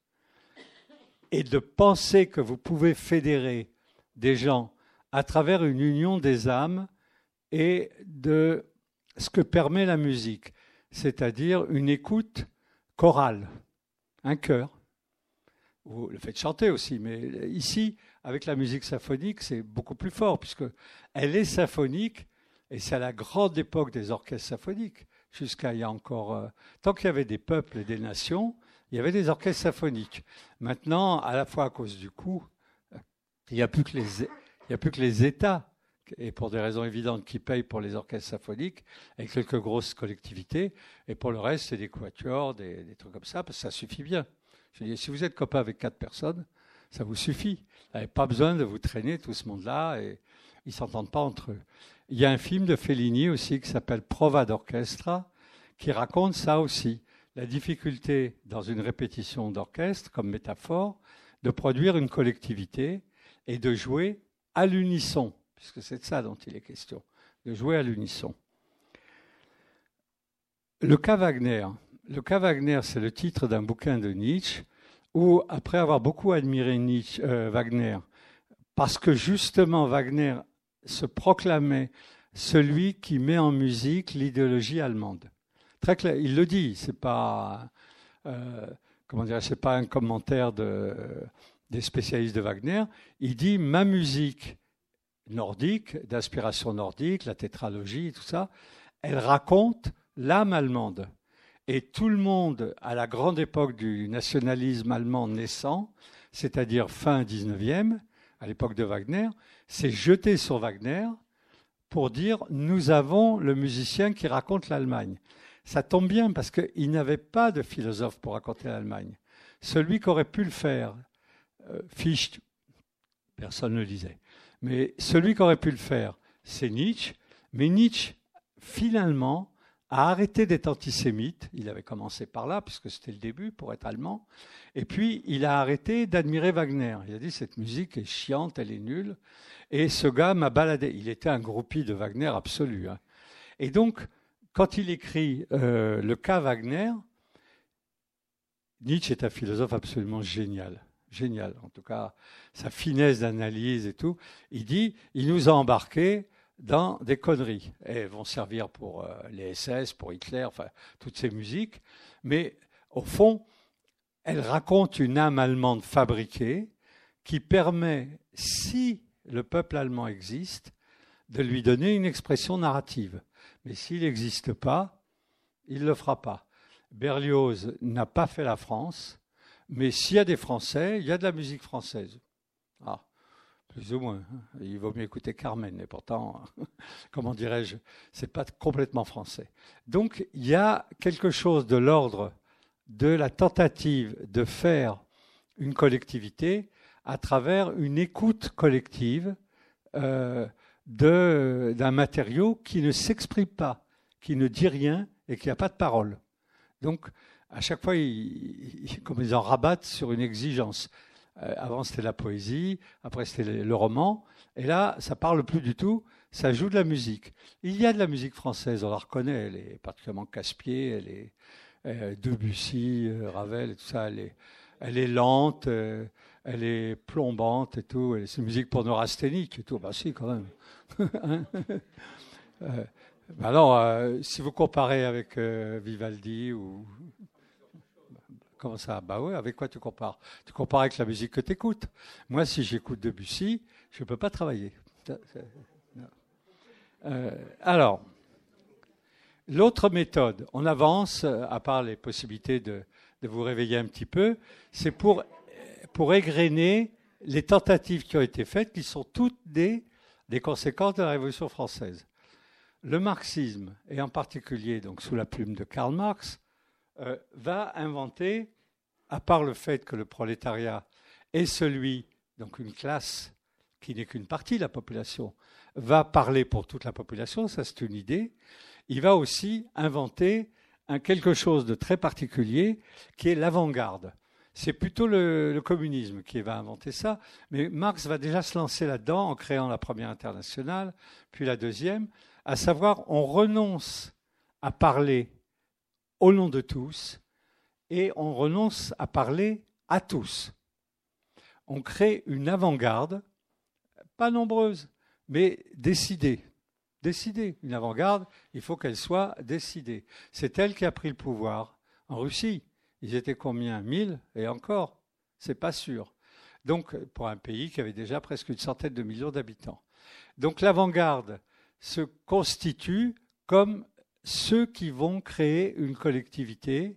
et de penser que vous pouvez fédérer des gens à travers une union des âmes et de ce que permet la musique, c'est-à-dire une écoute chorale, un chœur. Vous le faites chanter aussi, mais ici, avec la musique symphonique, c'est beaucoup plus fort, puisqu'elle est symphonique, et c'est à la grande époque des orchestres symphoniques, jusqu'à il y a encore... Euh, tant qu'il y avait des peuples et des nations, il y avait des orchestres symphoniques. Maintenant, à la fois à cause du coût, il n'y a plus que les, il n'y a plus que les États, et pour des raisons évidentes, qui payent pour les orchestres symphoniques, avec quelques grosses collectivités, et pour le reste, c'est des quatuors, des, des trucs comme ça, parce que ça suffit bien. Je dis, si vous êtes copain avec quatre personnes, ça vous suffit. Vous n'avez pas besoin de vous traîner tout ce monde-là, et ils ne s'entendent pas entre eux. Il y a un film de Fellini aussi qui s'appelle Prova d'orchestra, qui raconte ça aussi, la difficulté dans une répétition d'orchestre, comme métaphore, de produire une collectivité et de jouer à l'unisson, puisque c'est de ça dont il est question, de jouer à l'unisson. Le cas Wagner. Le cas Wagner, c'est le titre d'un bouquin de Nietzsche, où, après avoir beaucoup admiré Nietzsche, euh, Wagner, parce que justement Wagner se proclamait celui qui met en musique l'idéologie allemande. Très clair, il le dit, c'est pas, euh, comment dire, c'est pas un commentaire de, des spécialistes de Wagner, il dit « ma musique nordique, d'inspiration nordique, la tétralogie, tout ça, elle raconte l'âme allemande. Et tout le monde, à la grande époque du nationalisme allemand naissant, c'est-à-dire fin dix-neuvième, à l'époque de Wagner, s'est jeté sur Wagner pour dire « nous avons le musicien qui raconte l'Allemagne ». Ça tombe bien parce qu'il n'avait pas de philosophe pour raconter l'Allemagne. Celui qui aurait pu le faire, euh, Fichte, personne ne le lisait, mais celui qui aurait pu le faire, c'est Nietzsche. Mais Nietzsche, finalement, a arrêté d'être antisémite. Il avait commencé par là, puisque c'était le début pour être allemand. Et puis, il a arrêté d'admirer Wagner. Il a dit, cette musique est chiante, elle est nulle. Et ce gars m'a baladé. Il était un groupie de Wagner absolu. Hein. Et donc, quand il écrit euh, le cas Wagner, Nietzsche est un philosophe absolument génial. Génial, en tout cas, sa finesse d'analyse et tout. Il dit, il nous a embarqués dans des conneries. Et elles vont servir pour euh, les S S, pour Hitler, enfin, toutes ces musiques. Mais au fond, elle raconte une âme allemande fabriquée qui permet, si le peuple allemand existe, de lui donner une expression narrative. Mais s'il n'existe pas, il ne le fera pas. Berlioz n'a pas fait la France, mais s'il y a des Français, il y a de la musique française. Ah, plus ou moins. Il vaut mieux écouter Carmen, et pourtant, comment dirais-je, c'est pas complètement français. Donc, il y a quelque chose de l'ordre de la tentative de faire une collectivité à travers une écoute collective euh, de, d'un matériau qui ne s'exprime pas, qui ne dit rien et qui n'a pas de parole. Donc, à chaque fois, ils, ils, comme ils en rabattent sur une exigence. Euh, avant, c'était la poésie, après, c'était le, le roman. Et là, ça ne parle plus du tout, ça joue de la musique. Il y a de la musique française, on la reconnaît, elle est particulièrement casse-pied, elle est euh, Debussy, euh, Ravel, et tout ça, elle est, elle est lente, euh, elle est plombante et tout. Et c'est une musique pour neurasthénique et tout. Bah si, quand même. hein euh, bah non, euh, si vous comparez avec euh, Vivaldi ou... Comment ça? Bah oui, avec quoi tu compares? Tu compares avec la musique que tu écoutes. Moi, si j'écoute Debussy, je ne peux pas travailler. Euh, alors, l'autre méthode, on avance, à part les possibilités de, de vous réveiller un petit peu, c'est pour, pour égrener les tentatives qui ont été faites, qui sont toutes des, des conséquences de la Révolution française. Le marxisme, et en particulier donc sous la plume de Karl Marx, Euh, va inventer, à part le fait que le prolétariat est celui, donc une classe qui n'est qu'une partie de la population, va parler pour toute la population, ça c'est une idée, il va aussi inventer un quelque chose de très particulier qui est l'avant-garde. C'est plutôt le, le communisme qui va inventer ça, mais Marx va déjà se lancer là-dedans en créant la première internationale, puis la deuxième, à savoir on renonce à parler au nom de tous, et on renonce à parler à tous. On crée une avant-garde, pas nombreuse, mais décidée. Décidée. Une avant-garde, il faut qu'elle soit décidée. C'est elle qui a pris le pouvoir. En Russie, ils étaient combien? Mille? Et encore, c'est pas sûr. Donc, pour un pays qui avait déjà presque une centaine de millions d'habitants. Donc, l'avant-garde se constitue comme ceux qui vont créer une collectivité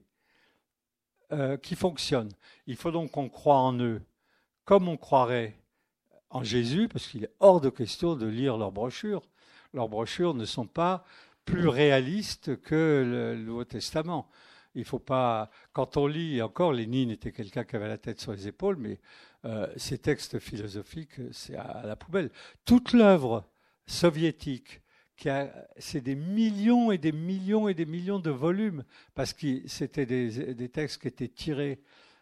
euh, qui fonctionne. Il faut donc qu'on croie en eux comme on croirait en Jésus, parce qu'il est hors de question de lire leurs brochures. Leurs brochures ne sont pas plus réalistes que le, le Nouveau Testament. Il faut pas, quand on lit, et encore Lénine était quelqu'un qui avait la tête sur les épaules, mais euh, ces textes philosophiques, c'est à, à la poubelle. Toute l'œuvre soviétique, c'est des millions et des millions et des millions de volumes, parce que c'était des, des textes qui étaient tirés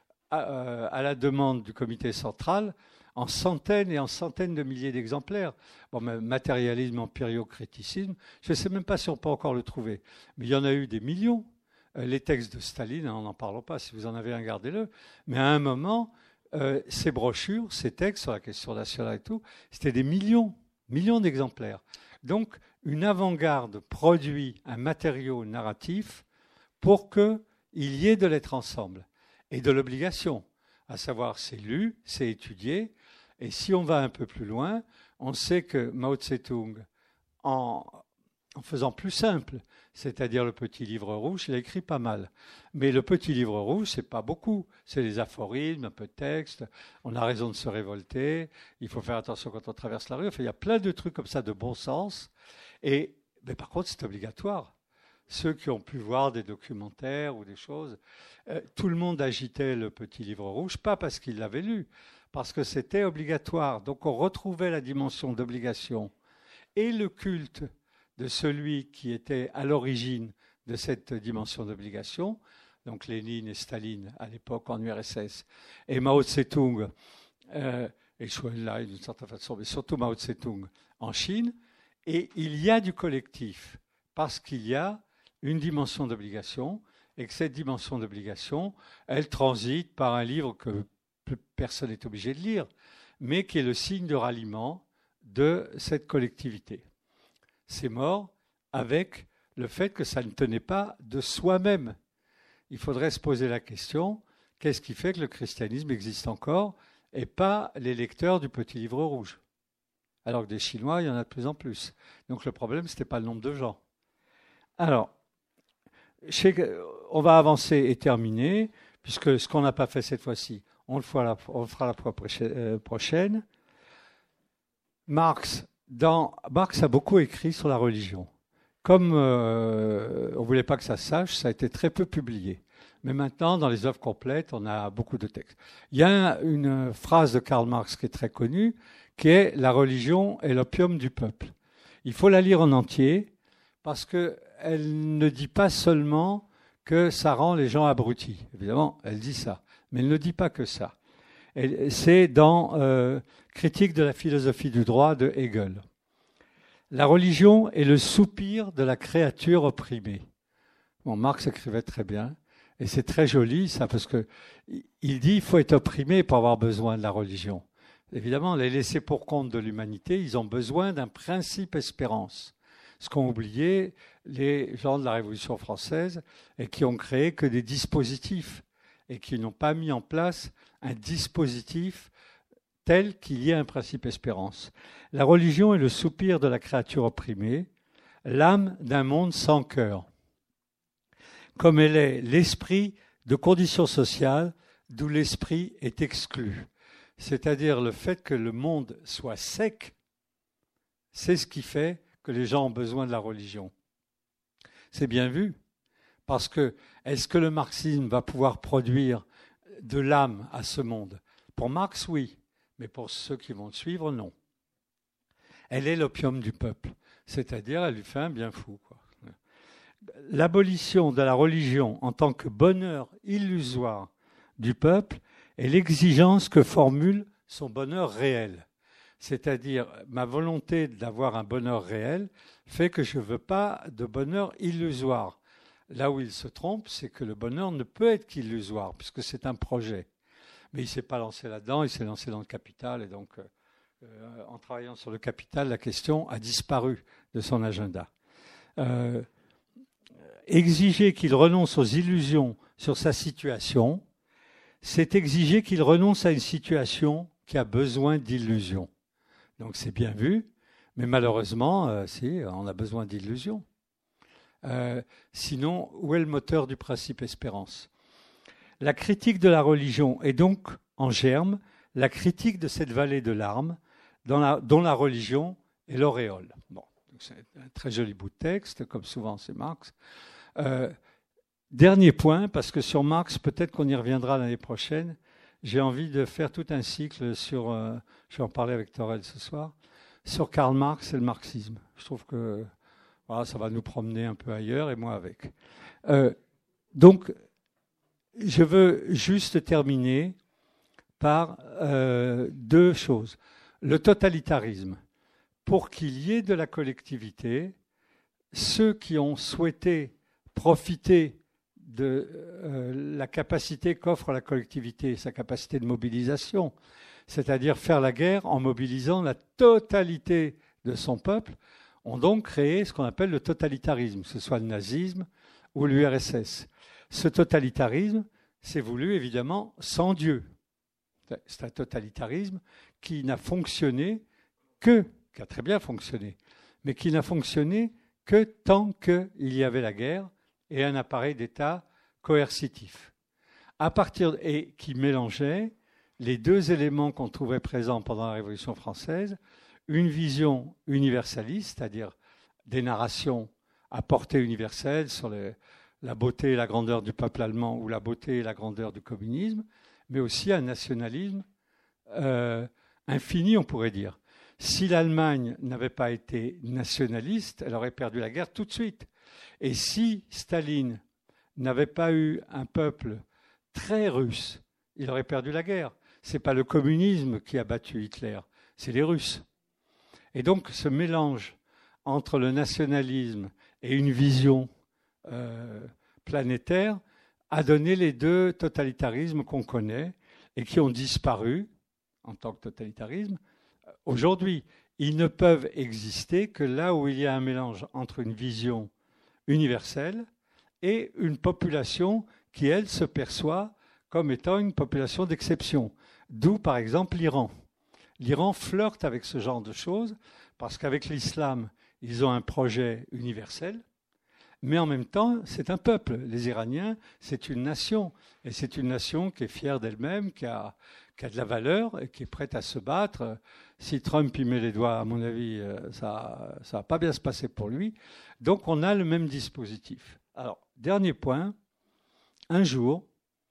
à, à la demande du comité central en centaines et en centaines de milliers d'exemplaires. Bon, matérialisme, empiriocriticisme, je ne sais même pas si on peut encore le trouver, mais il y en a eu des millions. Les textes de Staline, on n'en parle pas, si vous en avez un, gardez-le. Mais à un moment, euh, ces brochures, ces textes sur la question nationale et tout, c'était des millions, millions d'exemplaires. Donc, une avant-garde produit un matériau narratif pour qu'il y ait de l'être ensemble et de l'obligation. à savoir c'est lu, c'est étudié, et si on va un peu plus loin, on sait que Mao Tse-tung, en, en faisant plus simple, c'est-à-dire le petit livre rouge, il a écrit pas mal. Mais le petit livre rouge, c'est pas beaucoup. C'est des aphorismes, un peu de texte. On a raison de se révolter. Il faut faire attention quand on traverse la rue. Enfin, il y a plein de trucs comme ça de bon sens. Et, mais par contre, c'est obligatoire. Ceux qui ont pu voir des documentaires ou des choses, euh, tout le monde agitait le petit livre rouge, pas parce qu'il l'avait lu, parce que c'était obligatoire. Donc on retrouvait la dimension d'obligation et le culte de celui qui était à l'origine de cette dimension d'obligation, donc Lénine et Staline à l'époque en U R S S, et Mao Tse-tung, euh, et Chou En-lai d'une certaine façon, mais surtout Mao Tse-tung en Chine. Et il y a du collectif, parce qu'il y a une dimension d'obligation, et que cette dimension d'obligation, elle transite par un livre que personne n'est obligé de lire, mais qui est le signe de ralliement de cette collectivité. C'est mort avec le fait que ça ne tenait pas de soi-même. Il faudrait se poser la question, qu'est-ce qui fait que le christianisme existe encore et pas les lecteurs du petit livre rouge? Alors que des Chinois, il y en a de plus en plus. Donc le problème, ce n'était pas le nombre de gens. Alors, on va avancer et terminer, puisque ce qu'on n'a pas fait cette fois-ci, on le fera la, on le fera la fois prochaine. Marx, dans, Marx a beaucoup écrit sur la religion. Comme euh, on ne voulait pas que ça se sache, ça a été très peu publié. Mais maintenant, dans les œuvres complètes, on a beaucoup de textes. Il y a une phrase de Karl Marx qui est très connue, qui est « La religion est l'opium du peuple ». Il faut la lire en entier, parce qu'elle ne dit pas seulement que ça rend les gens abrutis. Évidemment, elle dit ça. Mais elle ne dit pas que ça. Et c'est dans euh, Critique de la philosophie du droit de Hegel. La religion est le soupir de la créature opprimée. Bon, Marx écrivait très bien. Et c'est très joli, ça, parce que il dit qu'il faut être opprimé pour avoir besoin de la religion. Évidemment, les laissés pour compte de l'humanité, ils ont besoin d'un principe espérance. Ce qu'ont oublié les gens de la Révolution française et qui ont créé que des dispositifs et qui n'ont pas mis en place un dispositif tel qu'il y ait un principe espérance. La religion est le soupir de la créature opprimée, l'âme d'un monde sans cœur, comme elle est l'esprit de conditions sociales d'où l'esprit est exclu. C'est-à-dire le fait que le monde soit sec, c'est ce qui fait que les gens ont besoin de la religion. C'est bien vu, parce que est-ce que le marxisme va pouvoir produire de l'âme à ce monde? Pour Marx, oui, mais pour ceux qui vont le suivre, non. Elle est l'opium du peuple, c'est-à-dire elle lui fait un bien fou, quoi. L'abolition de la religion en tant que bonheur illusoire du peuple est l'exigence que formule son bonheur réel. C'est-à-dire, ma volonté d'avoir un bonheur réel fait que je ne veux pas de bonheur illusoire. Là où il se trompe, c'est que le bonheur ne peut être qu'illusoire, puisque c'est un projet. Mais il ne s'est pas lancé là-dedans, il s'est lancé dans le capital, et donc, euh, en travaillant sur le capital, la question a disparu de son agenda. Euh, exiger qu'il renonce aux illusions sur sa situation, c'est exiger qu'il renonce à une situation qui a besoin d'illusions. Donc c'est bien vu, mais malheureusement, euh, si, on a besoin d'illusions. Euh, sinon, où est le moteur du principe espérance? La critique de la religion est donc en germe la critique de cette vallée de larmes dans la, dont la religion est l'auréole. Bon, c'est un très joli bout de texte, comme souvent c'est Marx. Euh, dernier point, parce que sur Marx, peut-être qu'on y reviendra l'année prochaine, j'ai envie de faire tout un cycle sur, euh, je vais en parler avec Torel ce soir, sur Karl Marx et le marxisme. Je trouve que voilà, ça va nous promener un peu ailleurs et moi avec. Euh, donc, je veux juste terminer par euh, deux choses. Le totalitarisme. Pour qu'il y ait de la collectivité, ceux qui ont souhaité profiter de euh, la capacité qu'offre la collectivité, sa capacité de mobilisation, c'est-à-dire faire la guerre en mobilisant la totalité de son peuple, ont donc créé ce qu'on appelle le totalitarisme, que ce soit le nazisme ou l'U R S S. Ce totalitarisme, c'est voulu évidemment sans Dieu. c'est un totalitarisme qui n'a fonctionné que, qui a très bien fonctionné, mais qui n'a fonctionné que tant qu'il y avait la guerre et un appareil d'État coercitif. À partir, et qui mélangeait les deux éléments qu'on trouvait présents pendant la Révolution française, une vision universaliste, c'est-à-dire des narrations à portée universelle sur le, la beauté et la grandeur du peuple allemand ou la beauté et la grandeur du communisme, mais aussi un nationalisme euh, infini, on pourrait dire. Si l'Allemagne n'avait pas été nationaliste, elle aurait perdu la guerre tout de suite. Et si Staline n'avait pas eu un peuple très russe, il aurait perdu la guerre. Ce n'est pas le communisme qui a battu Hitler, c'est les Russes. Et donc ce mélange entre le nationalisme et une vision euh, planétaire a donné les deux totalitarismes qu'on connaît et qui ont disparu en tant que totalitarisme. Aujourd'hui, ils ne peuvent exister que là où il y a un mélange entre une vision universelle et une population qui, elle, se perçoit comme étant une population d'exception. D'où, par exemple, l'Iran. L'Iran flirte avec ce genre de choses parce qu'avec l'islam, ils ont un projet universel, mais en même temps, c'est un peuple. Les Iraniens, c'est une nation. Et c'est une nation qui est fière d'elle-même, qui a, qui a de la valeur et qui est prête à se battre. Si Trump y met les doigts, à mon avis, ça ne va pas bien se passer pour lui. Donc, on a le même dispositif. Alors, dernier point. Un jour,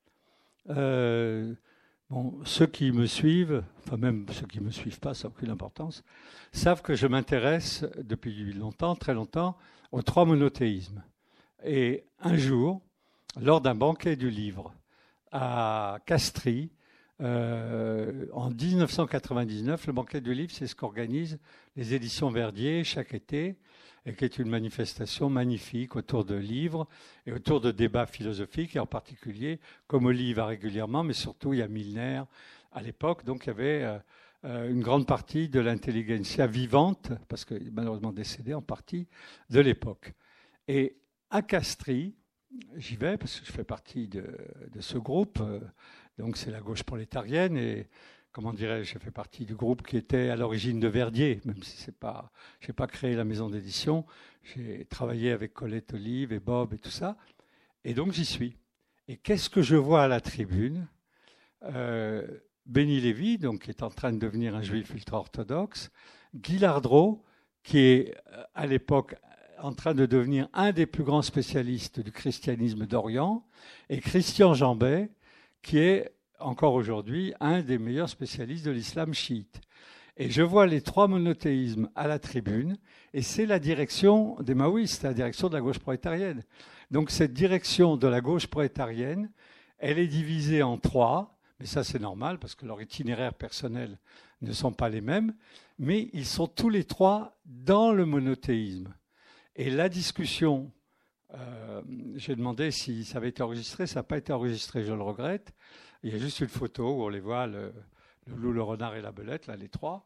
euh, bon, ceux qui me suivent, enfin même ceux qui ne me suivent pas, ça n'a aucune importance, savent que je m'intéresse depuis longtemps, très longtemps, aux trois monothéismes. Et un jour, lors d'un banquet du livre à Castries, euh, en dix-neuf cent quatre-vingt-dix-neuf, le banquet du livre, c'est ce qu'organisent les éditions Verdier chaque été, et qui est une manifestation magnifique autour de livres et autour de débats philosophiques, et en particulier, comme Oli va régulièrement, mais surtout il y a Milner à l'époque, donc il y avait euh, une grande partie de l'intelligentsia vivante, parce qu'il est malheureusement décédé en partie, de l'époque. Et à Castries, j'y vais parce que je fais partie de, de ce groupe, euh, donc c'est la gauche prolétarienne, et comment dirais-je, j'ai fait partie du groupe qui était à l'origine de Verdier, même si c'est pas, je n'ai pas créé la maison d'édition. J'ai travaillé avec Colette Olive et Bob et tout ça. Et donc j'y suis. Et qu'est-ce que je vois à la tribune ? euh, Benny Lévy, donc, qui est en train de devenir un juif ultra-orthodoxe, Guy Lardreau, qui est à l'époque en train de devenir un des plus grands spécialistes du christianisme d'Orient, et Christian Jambet, qui est encore aujourd'hui un des meilleurs spécialistes de l'islam chiite. Et je vois les trois monothéismes à la tribune, et c'est la direction des maoïstes, la direction de la gauche prolétarienne. Donc cette direction de la gauche prolétarienne, elle est divisée en trois, mais ça c'est normal, parce que leurs itinéraires personnels ne sont pas les mêmes, mais ils sont tous les trois dans le monothéisme. Et la discussion, euh, j'ai demandé si ça avait été enregistré, ça n'a pas été enregistré, je le regrette. Il y a juste une photo où on les voit, le, le loup, le renard et la belette, là, les trois.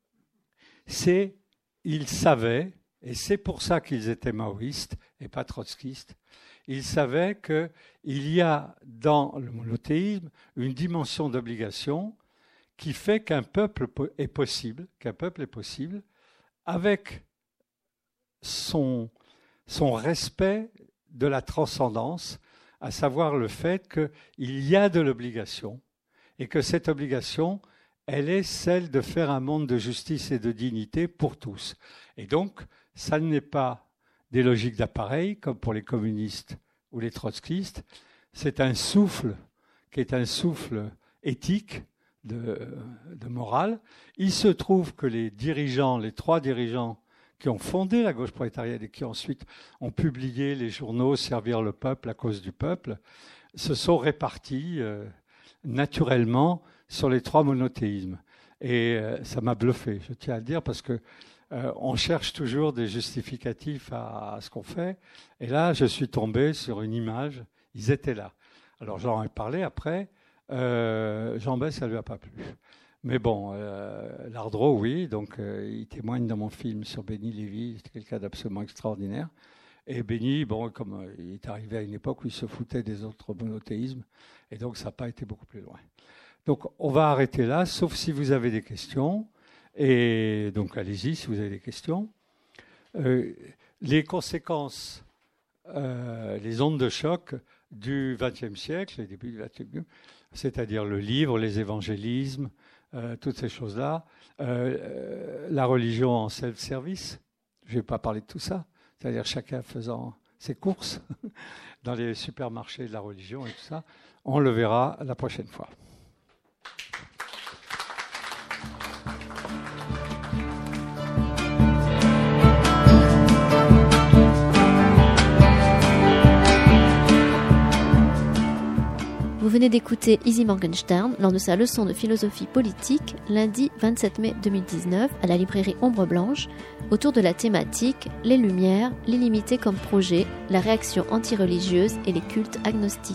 C'est, ils savaient, et c'est pour ça qu'ils étaient maoïstes et pas trotskistes, ils savaient qu'il y a dans le monothéisme une dimension d'obligation qui fait qu'un peuple est possible, qu'un peuple est possible avec son, son respect de la transcendance, à savoir le fait qu'il y a de l'obligation et que cette obligation, elle est celle de faire un monde de justice et de dignité pour tous. Et donc, ça n'est pas des logiques d'appareil, comme pour les communistes ou les trotskistes, c'est un souffle qui est un souffle éthique, de, de morale. Il se trouve que les dirigeants, les trois dirigeants qui ont fondé la gauche prolétarienne et qui ensuite ont publié les journaux « Servir le peuple à cause du peuple », se sont répartis euh, naturellement sur les trois monothéismes. Et euh, ça m'a bluffé, je tiens à le dire, parce que euh, on cherche toujours des justificatifs à, à ce qu'on fait. Et là, je suis tombé sur une image, ils étaient là. Alors, j'en ai parlé après. Euh, Jean Bess, ça ne lui a pas plu. Mais bon, euh, Lardreau, oui, donc euh, il témoigne dans mon film sur Benny Lévy, c'est quelqu'un d'absolument extraordinaire. Et Benny, bon, comme euh, il est arrivé à une époque où il se foutait des autres monothéismes, et donc ça n'a pas été beaucoup plus loin. Donc, on va arrêter là, sauf si vous avez des questions. Et donc, allez-y si vous avez des questions. Euh, les conséquences, euh, les ondes de choc du vingtième siècle, les débuts du vingtième, c'est-à-dire le livre, les évangélismes, euh, toutes ces choses-là, euh, la religion en self-service, je ne vais pas parler de tout ça, c'est-à-dire chacun faisant ses courses dans les supermarchés de la religion et tout ça, on le verra la prochaine fois. Vous venez d'écouter Issy Morgenstern lors de sa leçon de philosophie politique lundi vingt-sept mai deux mille dix-neuf à la librairie Ombre Blanche autour de la thématique « Les Lumières, l'illimité comme projet, la réaction anti-religieuse et les cultes agnostiques ».